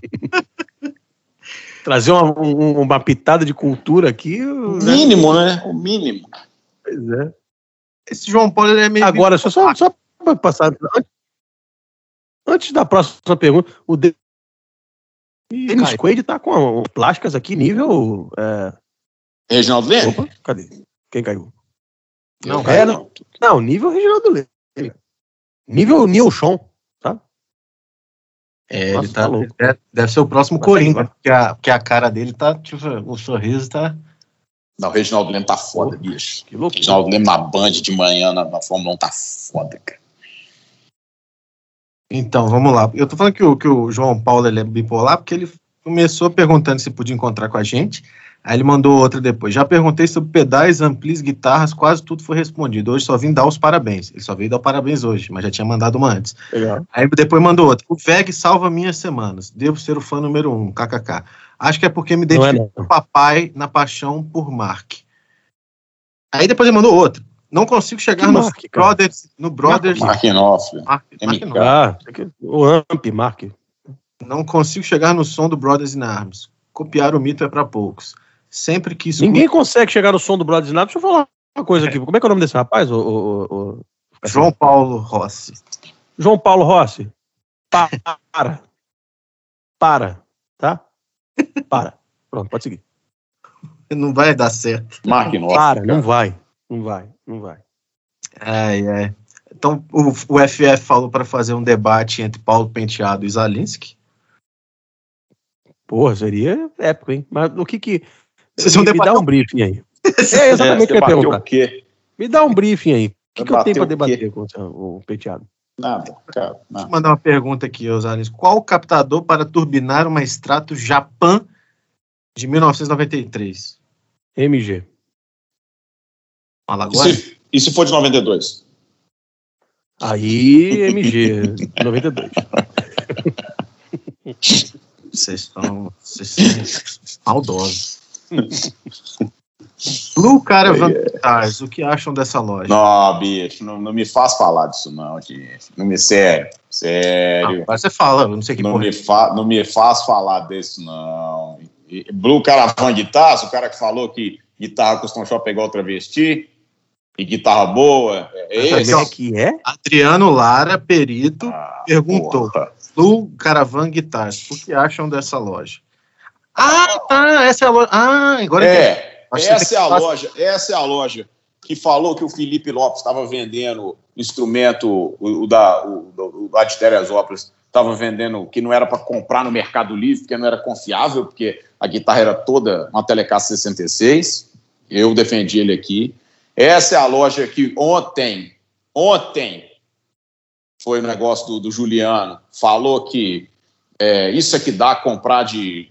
S6: Trazer uma pitada de cultura aqui.
S2: O mínimo, né? O mínimo.
S6: Pois é.
S4: Esse João Paulo, ele é meio...
S6: Agora, só para passar... Antes da próxima pergunta, o Dennis Quaid tá com plásticas aqui nível...
S2: Reginaldo Leme?
S6: Opa, cadê?
S7: Quem caiu?
S6: Não,
S7: não, nível Reginaldo Leme. Nível Nilson, tá?
S4: Ele
S7: Nossa,
S4: tá
S7: tá louco.
S4: deve ser o próximo Corinthians, porque a cara dele tá, tipo, o sorriso tá...
S2: Não, o Reginaldo Leme tá foda, bicho.
S7: Que loucura.
S2: Reginaldo Leme na Band de manhã, na Fórmula 1, tá foda, cara.
S4: Então, vamos lá. Eu tô falando que o João Paulo ele é bipolar porque ele começou perguntando se podia encontrar com a gente, aí ele mandou outra depois. Já perguntei sobre pedais, amplis, guitarras, quase tudo foi respondido. Hoje só vim dar os parabéns. Ele só veio dar o parabéns hoje, mas já tinha mandado uma antes.
S7: Legal.
S4: Aí depois mandou outra. O VEG salva minhas semanas. Devo ser o fã número 1, kkk. Acho que é porque me identifico com o papai na paixão por Mark. Aí depois ele mandou outra. Não consigo chegar no
S7: Mark,
S4: Brothers.
S2: Mark Knopfler.
S7: O Amp, Mark.
S4: Não consigo chegar no som do Brothers in Arms. Copiar o mito é pra poucos. Sempre que isso.
S7: Ninguém consegue chegar no som do Brothers in Arms. Deixa eu falar uma coisa aqui. Como é que é o nome desse rapaz?
S4: João Paulo Rossi.
S7: João Paulo Rossi. Para. Tá? Para. Pronto, pode seguir.
S4: Não vai dar certo.
S2: Mark Knopfler.
S7: Para, não vai.
S4: Ai. Então, o FF falou para fazer um debate entre Paulo Penteado e Zalinski.
S7: Porra, seria épico, hein? Mas o que...
S4: Vocês vão
S7: me dá um briefing aí. É exatamente o que eu ia perguntar.
S2: O quê?
S7: Me dá um briefing aí. O que eu tenho para
S2: o
S7: debater com o Penteado?
S2: Nada, cara.
S4: Deixa
S2: Nada.
S4: eu mandar uma pergunta aqui, Zalinski. Qual o captador para turbinar uma Strato Japan de 1993?
S7: MG.
S4: Alagoas?
S2: E se for de 92?
S7: Aí, MG, 92.
S4: Vocês são maldosos. Blue Caravan Guitars, o que acham dessa loja?
S2: Não, bicho, não me faz falar disso, não, gente. Não me sério.
S4: Agora você fala, eu não sei que
S2: não me faz falar disso, não. Blue Caravan Guitars, o cara que falou que guitarra custom shop é igual travesti, e guitarra boa,
S7: Como é que é?
S4: Adriano Lara, perito, perguntou.
S2: Porra.
S4: Blue Caravan Guitars, o que acham dessa loja? Essa é a loja. Agora
S2: Essa é a loja que falou que o Felipe Lopes estava vendendo instrumento, o de Teresópolis estava vendendo, que não era para comprar no Mercado Livre, porque não era confiável, porque a guitarra era toda uma Telecaster 66. Eu defendi ele aqui. Essa é a loja que ontem foi o negócio do Juliano, falou que isso é que dá comprar de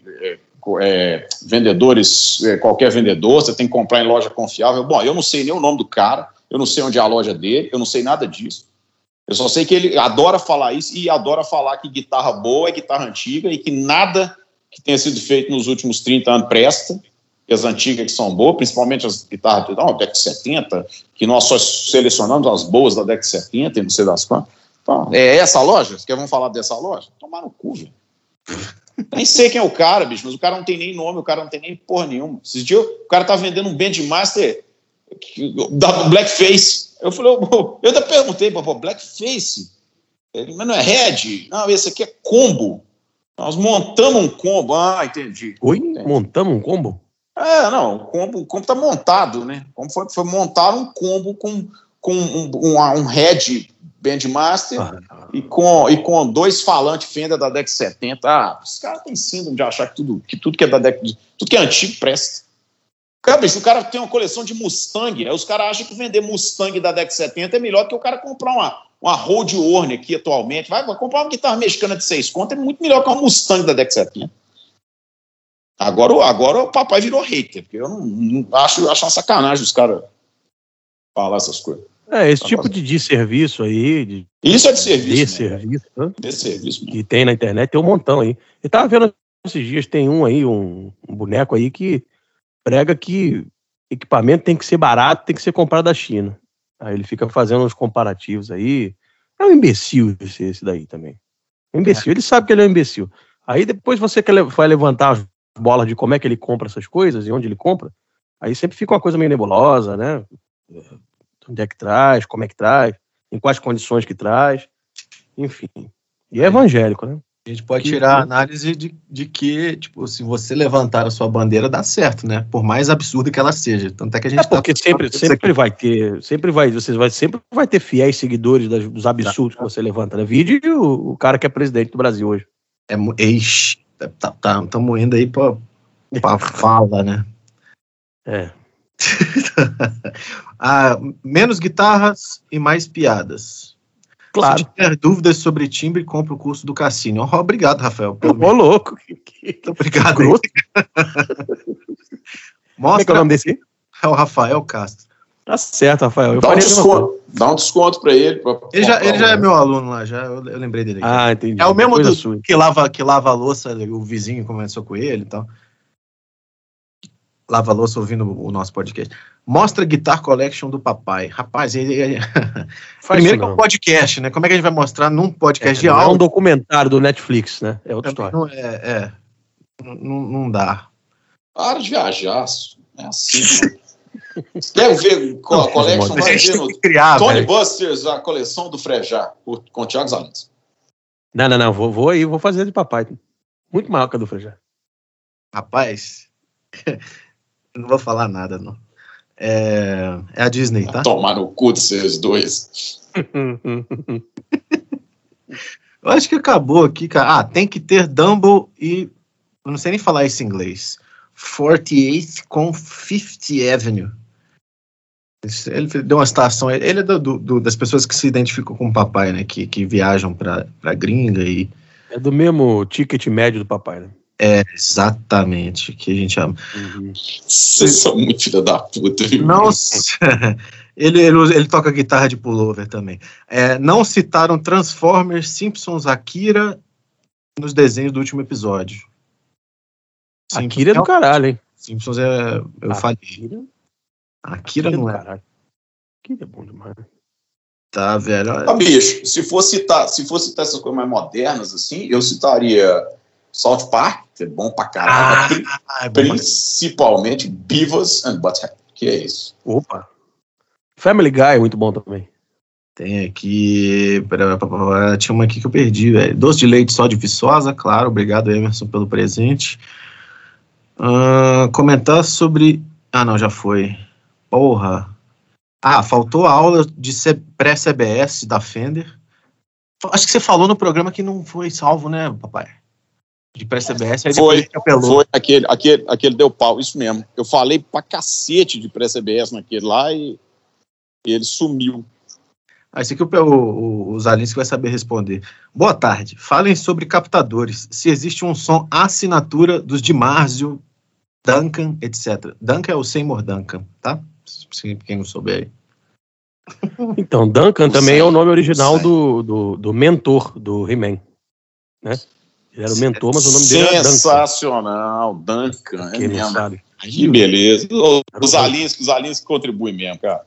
S2: vendedores, qualquer vendedor, você tem que comprar em loja confiável. Bom, eu não sei nem o nome do cara, eu não sei onde é a loja dele, eu não sei nada disso. Eu só sei que ele adora falar isso e adora falar que guitarra boa é guitarra antiga e que nada que tenha sido feito nos últimos 30 anos presta, que as antigas que são boas, principalmente as guitarras da década de 70, que nós só selecionamos as boas da década de 70 e não sei das quantas. Então, é essa loja? Vocês vão falar dessa loja? Tomar no cu, velho. Nem sei quem é o cara, bicho, mas o cara não tem nem nome, o cara não tem nem porra nenhuma. Esses dias o cara tá vendendo um Bandmaster da Blackface. Eu falei, eu ainda perguntei, Blackface? Mas não é Red? Não, esse aqui é combo. Nós montamos um combo. Entendi.
S7: Oi?
S2: Entendi.
S7: Montamos um combo?
S2: Não, o combo tá montado, né? Como foi montar um combo com um Red Bandmaster e com dois falantes Fender da década de 70. Os caras têm síndrome de achar que tudo que é da década tudo que é antigo presta. O cara tem uma coleção de Mustang, aí os caras acham que vender Mustang da década de 70 é melhor do que o cara comprar uma Road Warner aqui atualmente. Vai comprar uma guitarra mexicana de 6 conto, é muito melhor que uma Mustang da década de 70. Agora o papai virou hater, porque eu não acho uma sacanagem os caras falar essas coisas.
S7: Esse tipo de serviço aí.
S2: Isso é de serviço.
S7: De serviço que tem na internet, tem um montão aí. Eu tava vendo esses dias, tem um boneco aí que prega que equipamento tem que ser barato, tem que ser comprado da China. Aí ele fica fazendo uns comparativos aí. É um imbecil esse daí também. Imbecil, ele sabe que ele é um imbecil. Aí depois você vai levantar as bolas de como é que ele compra essas coisas e onde ele compra, aí sempre fica uma coisa meio nebulosa, né? Onde é que traz, como é que traz, em quais condições que traz, enfim. E é evangélico, né?
S4: A gente pode tirar a análise de que, tipo, se você levantar a sua bandeira, dá certo, né? Por mais absurda que ela seja. Tanto é que a gente
S7: porque sempre vai ter, sempre vai ter fiéis seguidores dos absurdos que você levanta, né? Vide o cara que é presidente do Brasil hoje.
S4: Estamos indo aí pra fala, né? Menos guitarras e mais piadas.
S7: Claro.
S4: Se tiver dúvidas sobre timbre, compre o curso do Cassini. Obrigado, Rafael.
S7: Ô, louco.
S4: Muito obrigado.
S7: Como é que é o nome desse?
S4: É o Rafael Castro.
S7: Tá certo, Rafael.
S2: Dá um desconto pra ele.
S4: Ele já é meu aluno lá, eu lembrei dele aqui.
S7: Ah, entendi.
S4: É o mesmo que lava a louça, o vizinho começou com ele e tal. Lava a louça ouvindo o nosso podcast. Mostra Guitar Collection do papai. Rapaz, primeiro que é um podcast, né? Como é que a gente vai mostrar num podcast de áudio?
S7: É um documentário do Netflix, né? É outra história.
S4: Não dá.
S2: Para de viajar. É assim. Quer ver a collection? Vai ver no Tony Busters, a coleção do Frejá, com o Thiago Zalins.
S7: Não. Vou fazer de papai. Muito maior que a do Frejá.
S4: Rapaz, não vou falar nada, não. É a Disney, tá?
S2: Tomar no cu de vocês dois.
S4: Eu acho que acabou aqui, cara. Tem que ter Dumble e... Eu não sei nem falar isso em inglês. 48th com 50th Avenue. Ele deu uma citação. Ele é das pessoas que se identificam com o papai, né? Que viajam pra gringa e...
S7: É do mesmo ticket médio do papai, né?
S4: Exatamente, que a gente ama.
S2: Vocês são muito filha da puta, viu?
S4: Não, ele toca guitarra de pullover também. Não citaram Transformers, Simpsons, Akira nos desenhos do último episódio.
S7: Akira é do caralho, hein?
S4: Simpsons eu falei. Akira não é.
S7: Akira é bom demais.
S4: Tá, velho.
S2: Bicho, se for citar essas coisas mais modernas, assim, eu citaria South Park, que é bom pra caralho. Principalmente Beavis and Butthead, que é isso.
S7: Opa. Family Guy é muito bom também.
S4: Tem aqui... Tinha uma aqui que eu perdi, velho. Doce de leite só de Viçosa, claro. Obrigado, Emerson, pelo presente. Comentar sobre... não, já foi. Porra. Faltou a aula de pré-CBS da Fender. Acho que você falou no programa que não foi salvo, né, papai? De pré-CBS.
S2: Foi aquele deu pau, isso mesmo. Eu falei pra cacete de pré-CBS naquele lá e ele sumiu.
S4: Esse aqui o Zalins que vai saber responder. Boa tarde. Falem sobre captadores. Se existe um som assinatura dos DiMarzio, Duncan, etc. Duncan é o Seymour Duncan, tá? Quem não souber aí.
S7: Então, Duncan também é o nome original do mentor do He-Man, né? Ele era o mentor, mas o nome dele era Duncan.
S2: Sensacional, Duncan.
S7: Quem não sabe.
S2: Que beleza. Os Alins contribuem mesmo, cara.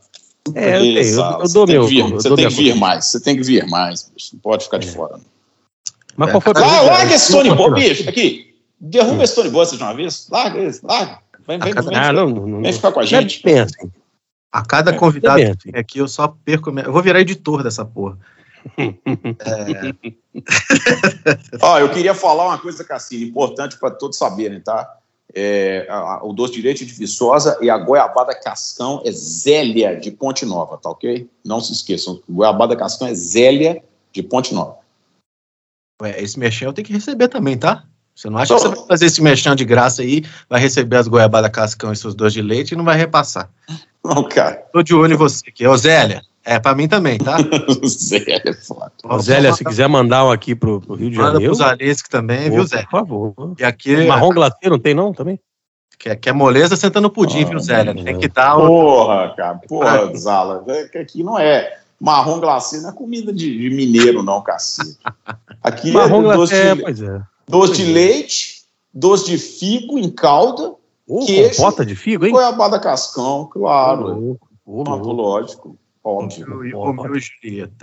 S7: Eu dou meu.
S2: Você tem que vir mais. Você tem que vir mais, bicho. Não pode ficar de fora. Não.
S7: Mas qual foi a
S2: larga esse Tony Boy, bicho. Aqui. Derruba esse Tony Boy de uma vez. Larga esse. Larga. Vem ficar com a gente.
S4: A cada convidado aqui eu só perco... Eu vou virar editor dessa porra.
S2: Eu queria falar uma coisa, Cassini, importante para todos saberem, tá? O doce de leite de Viçosa e a goiabada cascão é Zélia de Ponte Nova, tá ok? Não se esqueçam, goiabada cascão é Zélia de Ponte Nova.
S4: Esse merchan eu tenho que receber também, tá? Você não acha que você vai fazer esse merchan de graça aí, vai receber as goiabadas cascão e seus doces de leite e não vai repassar?
S2: Não, cara.
S4: Tô de olho em você aqui. Zélia, pra mim também, tá?
S2: Zélia é foda.
S7: Zélia, se quiser mandar um aqui pro Rio de Janeiro...
S4: Manda pros Alesque também, viu, Zélia?
S7: Por favor.
S4: E aqui...
S7: Marrom glacê não tem não, também?
S4: Que é moleza sentando no pudim, viu, Zélia? Tem que dar...
S2: Porra, Zala. Aqui não é... Marrom glacê não é comida de mineiro, não, cacete. Aqui
S7: marrom glacê, pois é.
S2: Doce de leite, doce de figo em calda, queijo,
S7: compota de figo, hein?
S2: Goiabada cascão, claro. Lógico, óbvio.
S4: O Julieta.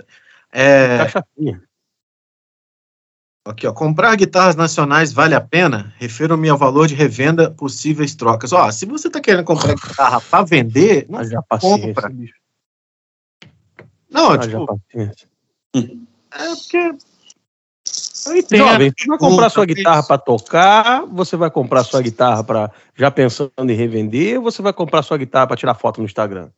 S4: Aqui, comprar guitarras nacionais vale a pena? Refiro-me ao valor de revenda, possíveis trocas. Se você tá querendo comprar guitarra para vender, não compra. Bicho. Não, porque...
S7: Eu entendo. Jovem, você vai comprar sua guitarra para tocar, você vai comprar sua guitarra para já pensando em revender, ou você vai comprar sua guitarra para tirar foto no Instagram?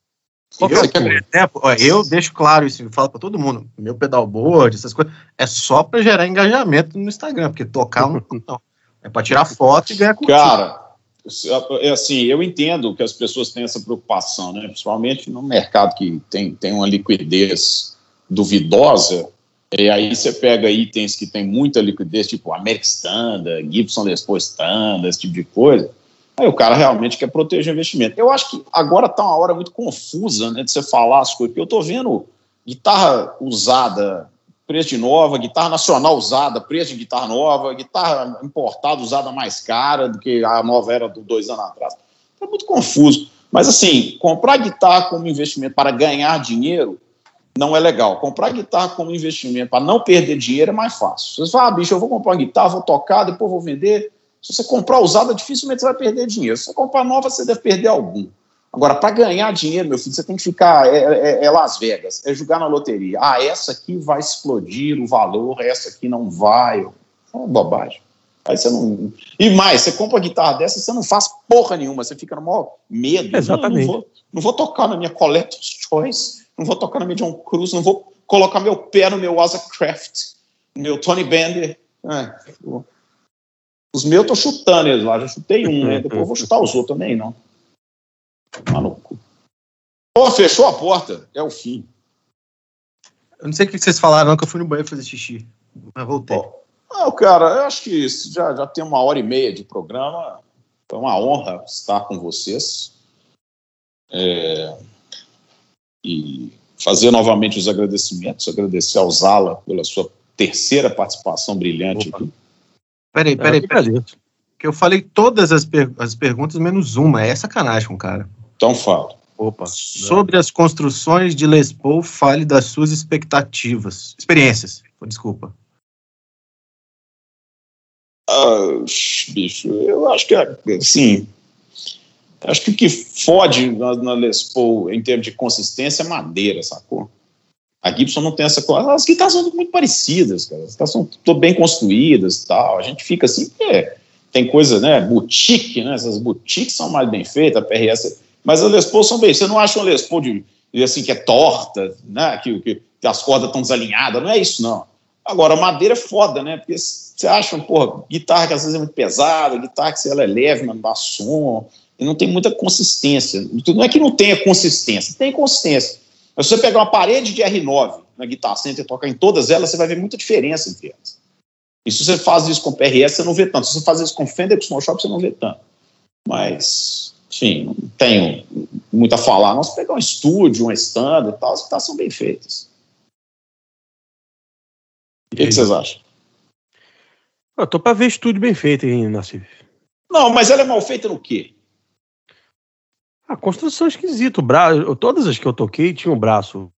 S4: Eu deixo claro isso, eu falo para todo mundo, meu pedalboard, essas coisas, é só para gerar engajamento no Instagram, porque tocar não. É para tirar foto e ganhar curtida.
S2: Cara, é assim, eu entendo que as pessoas têm essa preocupação, né? Principalmente no mercado que tem uma liquidez duvidosa, e aí você pega itens que tem muita liquidez, tipo American Standard, Gibson Les Paul Standard, esse tipo de coisa, aí o cara realmente quer proteger o investimento. Eu acho que agora está uma hora muito confusa, né, de você falar as coisas, porque eu estou vendo guitarra usada, preço de nova, guitarra nacional usada, preço de guitarra nova, guitarra importada usada mais cara do que a nova era de 2 anos atrás. É muito confuso. Mas assim, comprar guitarra como investimento para ganhar dinheiro não é legal. Comprar guitarra como investimento para não perder dinheiro é mais fácil. Você fala, bicho, eu vou comprar uma guitarra, vou tocar, depois vou vender. Se você comprar usada, dificilmente você vai perder dinheiro. Se você comprar nova, você deve perder algum. Agora, para ganhar dinheiro, meu filho, você tem que ficar... É Las Vegas, é jogar na loteria. Ah, essa aqui vai explodir o valor, essa aqui não vai. É uma bobagem. Aí você não... E mais, você compra uma guitarra dessa, você não faz porra nenhuma, você fica no maior medo.
S7: Exatamente.
S2: Não vou tocar na minha Collector's Choice, não vou tocar na minha John Cruz, não vou colocar meu pé no meu Asa Craft, no meu Tony Bender. Os meus eu tô chutando eles lá, já chutei um, né? Depois eu vou chutar os outros também, não. Maluco. Pô, fechou a porta, é o fim.
S4: Eu não sei o que vocês falaram, não, que eu fui no banheiro fazer xixi, mas voltei.
S2: Cara, eu acho que já tem 1h30 de programa, foi uma honra estar com vocês. E fazer novamente os agradecimentos, agradecer ao Zala pela sua terceira participação brilhante aqui.
S4: Peraí. Que eu falei todas as perguntas menos uma, é sacanagem com o cara.
S2: Então fala.
S4: Sobre as construções de Les Paul, fale das suas experiências, desculpa.
S2: Bicho, eu acho que assim, acho que o que fode na Les Paul em termos de consistência é madeira, sacou? A Gibson não tem essa coisa. As guitarras são muito parecidas, cara. As guitarras são todas bem construídas e tal. A gente fica assim, tem coisa, né? Boutique, né? Essas boutiques são mais bem feitas, a PRS. Mas as Les Paul são bem. Você não acha uma Les Paul assim, que é torta, né? Que as cordas estão desalinhadas. Não é isso, não. Agora, a madeira é foda, né? Porque você acha, guitarra que às vezes é muito pesada, guitarra que ela é leve, mas não dá som, e não tem muita consistência. Não é que não tenha consistência, tem consistência. Mas se você pegar uma parede de R9 na Guitar Center e tocar em todas elas, você vai ver muita diferença entre elas. E se você faz isso com PRS, você não vê tanto. Se você faz isso com Fender, com Small Shop, você não vê tanto. Mas, enfim, não tenho muito a falar. Nós pegar um estúdio, uma Standard e tal, as guitarras são bem feitas. O que vocês acham?
S7: Eu tô pra ver estúdio bem feito, hein, Nassif?
S2: Não, mas ela é mal feita no quê?
S7: A construção é esquisita. Todas as que eu toquei tinham um braço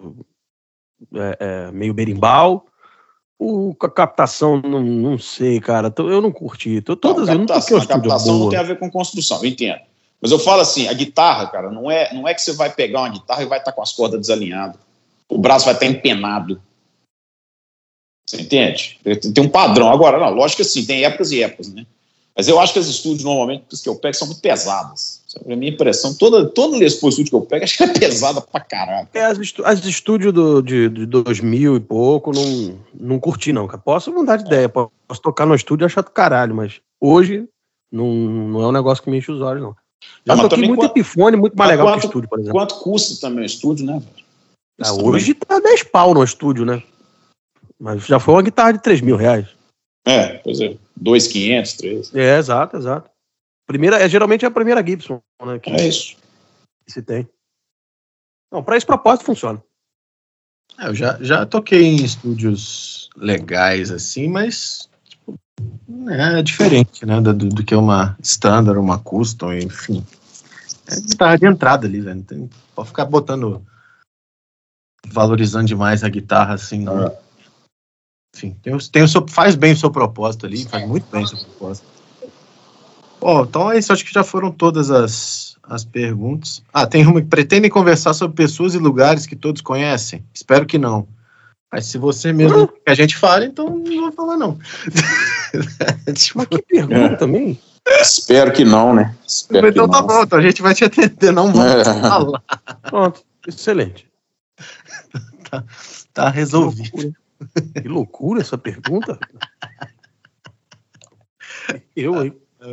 S7: meio berimbau. A captação, não sei, cara. Eu não curti. Todas eu não toquei.
S2: A captação não tem a ver com construção, eu entendo. Mas eu falo assim, a guitarra, cara, não é que você vai pegar uma guitarra e vai estar com as cordas desalinhadas. O braço vai estar empenado. Você entende? Tem um padrão. Agora, não, lógico que assim, tem épocas e épocas, né? Mas eu acho que as estúdios, normalmente, as que eu pego, são muito pesadas. Essa é a minha impressão. Todo Les Paul estúdio que eu pego, acho que é pesada pra caralho.
S7: As estúdios de 2000 e pouco, não curti, não. Posso mudar de ideia. Posso tocar no estúdio e achar do caralho, mas hoje não é um negócio que me enche os olhos, não. Já toquei muito Epiphone, muito mais legal que o estúdio, por exemplo.
S2: Quanto custa também o estúdio, né?
S7: Hoje tá 10 pau no estúdio, né? Mas já foi uma guitarra de R$3.000.
S2: Pois é. 2.500, 3.
S7: Exato. Geralmente é a primeira Gibson, né?
S2: É isso.
S7: Que se tem. Não, para esse propósito funciona.
S4: Eu já toquei em estúdios legais, assim, mas tipo, é diferente, né? Do que uma Standard, uma Custom, enfim. É guitarra de entrada ali, velho. Pode ficar valorizando demais a guitarra, assim, não. Enfim, faz bem o seu propósito ali, faz muito bem o seu propósito. Então é isso, acho que já foram todas as perguntas. Tem uma que pretendem conversar sobre pessoas e lugares que todos conhecem? Espero que não. Mas se você mesmo que a gente fale, então não vou falar, não.
S7: Mas que pergunta também?
S2: Espero que não, né? Espero
S4: então tá bom, então a gente vai te atender, não vamos falar.
S7: Pronto, excelente.
S4: Tá resolvido.
S7: Que loucura essa pergunta. Eu, hein?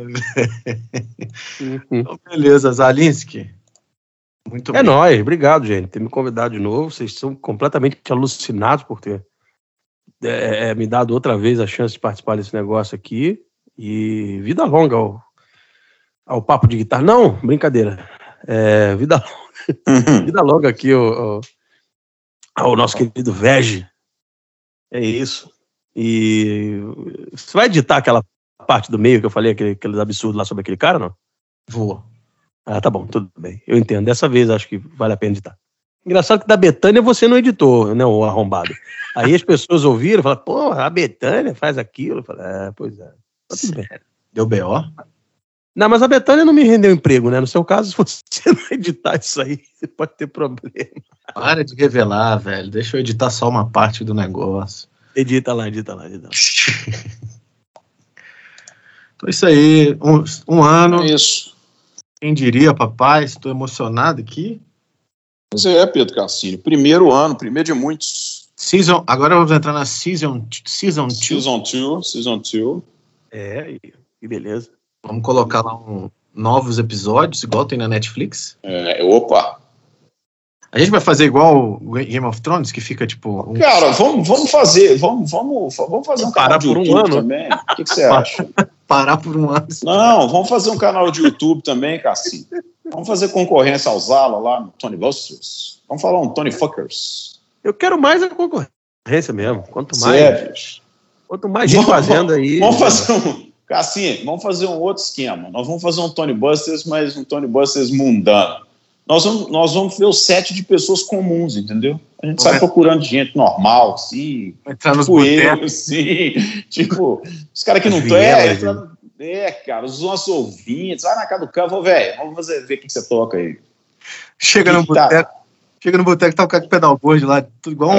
S4: Então, beleza, Zalinski. Muito bem.
S7: É nóis, obrigado, gente, por ter me convidado de novo. Vocês são completamente alucinados por ter me dado outra vez a chance de participar desse negócio aqui. E vida longa ao papo de guitarra. Não, brincadeira. Vida longa. Vida longa aqui ao nosso querido Vege. É isso. E você vai editar aquela parte do meio que eu falei, aqueles absurdos lá sobre aquele cara, não?
S4: Vou.
S7: Ah, tá bom, tudo bem. Eu entendo. Dessa vez acho que vale a pena editar. Engraçado que da Betânia você não editou, né, o arrombado. Aí as pessoas ouviram e falaram, pô, a Betânia faz aquilo. Eu falei, pois é. Tá tudo bem.
S4: Deu B.O.?
S7: Não, mas a Betânia não me rendeu emprego, né? No seu caso, se você não editar isso aí, você pode ter problema.
S4: Para de revelar, velho. Deixa eu editar só uma parte do negócio.
S7: Edita lá.
S4: Então isso aí, um ano.
S2: É isso.
S4: Quem diria, papai? Estou emocionado aqui.
S2: Pois é, Pedro Cassini. Primeiro ano, primeiro de muitos.
S4: Agora vamos entrar na Season 2.
S2: Season 2.
S7: Que beleza.
S4: Vamos colocar lá novos episódios, igual tem na Netflix.
S2: Opa!
S4: A gente vai fazer igual o Game of Thrones, que fica tipo...
S2: Cara, vamos fazer. Vamos fazer um canal de YouTube
S7: ano
S2: também. O que você acha?
S4: Parar por um ano.
S2: Não, vamos fazer um canal de YouTube também, Cassinho. Vamos fazer concorrência ao Zala lá no Tony Busters. Vamos falar um Tony Fuckers.
S7: Eu quero mais a concorrência mesmo. Quanto mais gente
S2: vamos,
S7: fazendo aí...
S2: Vamos fazer Cassinho, vamos fazer um outro esquema. Nós vamos fazer um Tony Busters, mas um Tony Busters mundano. Nós vamos ver o set de pessoas comuns, entendeu? A gente sai procurando gente normal, assim.
S4: Entrar nos
S2: botecos, sim. Tipo, os caras que não estão... cara, os nossos ouvintes, vai na casa do campo, velho, vamos ver o que você toca aí.
S4: Chega no boteco, tá o cara com pedalboard lá, tudo igual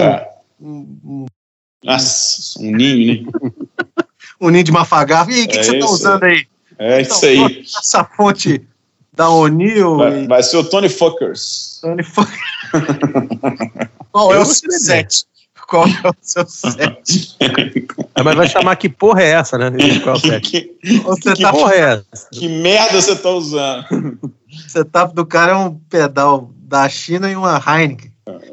S2: Nossa, um ninho, né?
S4: Um ninho de mafagafo. E aí, o que você tá usando aí?
S2: Isso aí.
S4: Essa fonte da O'Neill.
S2: Vai ser o Tony Fuckers.
S4: Qual é o seu set? Qual é o seu set?
S7: Mas vai chamar que porra é essa, né? Qual é o set?
S2: Que porra é essa? Que merda você tá usando?
S4: O setup do cara é um pedal da China e uma Heineken.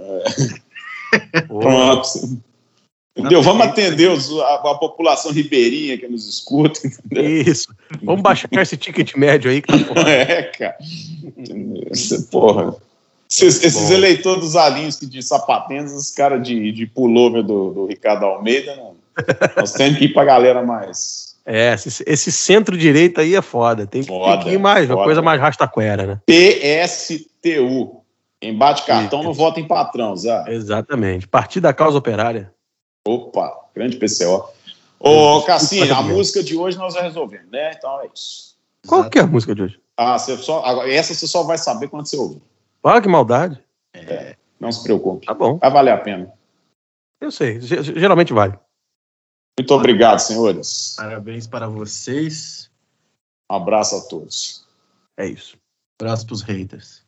S2: Pronto. Entendeu? Vamos atender a população ribeirinha que nos escuta. Entendeu?
S7: Isso. Vamos baixar esse ticket médio aí.
S2: Cara. Porra. Esses eleitores dos Zalinski de sapatênis, os caras de pullover do Ricardo Almeida, não. Nós temos que ir pra galera mais...
S7: Esse centro-direita aí é foda. Tem que ir mais, uma coisa mais rastaquera, né?
S2: PSTU. Quem bate cartão não vota em patrão, Zé.
S7: Exatamente. Partido da Causa Operária.
S2: Opa, grande PCO. Ô, Cassinho, a música de hoje nós já resolvemos, né? Então é isso.
S7: Qual que é a música de hoje?
S2: Essa você só vai saber quando você ouvir.
S7: Ah, que maldade.
S2: Não se preocupe.
S7: Tá bom.
S2: Vai valer a pena.
S7: Eu sei, geralmente vale.
S2: Muito obrigado, senhores.
S4: Parabéns para vocês.
S2: Um abraço a todos.
S7: É isso.
S4: Abraço pros haters.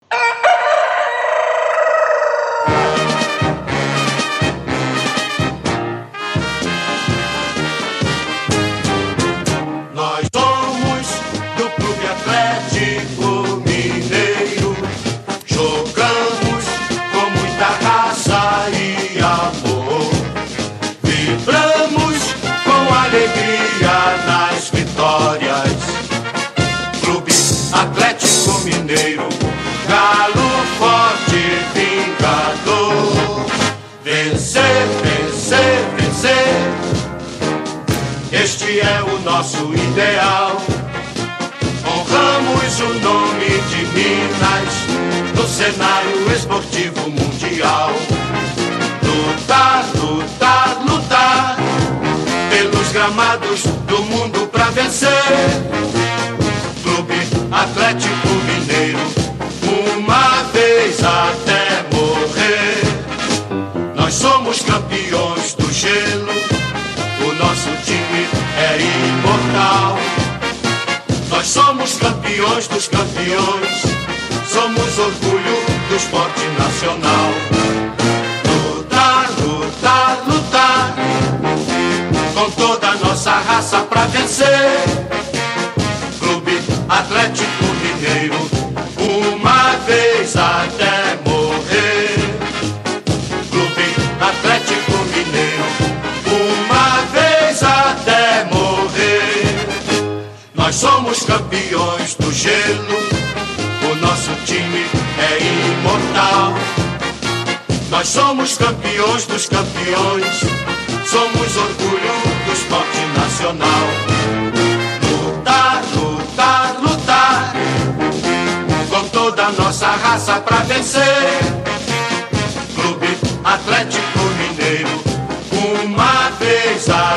S5: Nós somos do Clube Atlético Mineiro. Jogamos com muita raça e amor. Vibramos com alegria nas vitórias. Clube Atlético Mineiro, galo forte e vingador. Vencer, vencer, vencer. Este é o nosso ideal. Honramos o nome de Minas no cenário esportivo mundial. Lutar, lutar, lutar pelos gramados do mundo pra vencer. Clube Atlético Mineiro, uma vez até morrer. Nós somos campeões. somos campeões dos campeões, somos orgulho do esporte nacional. Lutar, lutar, lutar, com toda a nossa raça pra vencer. Clube Atlético Mineiro, uma vez até morrer. Clube Atlético Mineiro, uma vez até morrer. Nós somos campeões do gelo, o nosso time é imortal. Nós somos campeões dos campeões, somos orgulho do esporte nacional. Lutar, lutar, lutar, com toda a nossa raça pra vencer. Clube Atlético Mineiro, uma vez a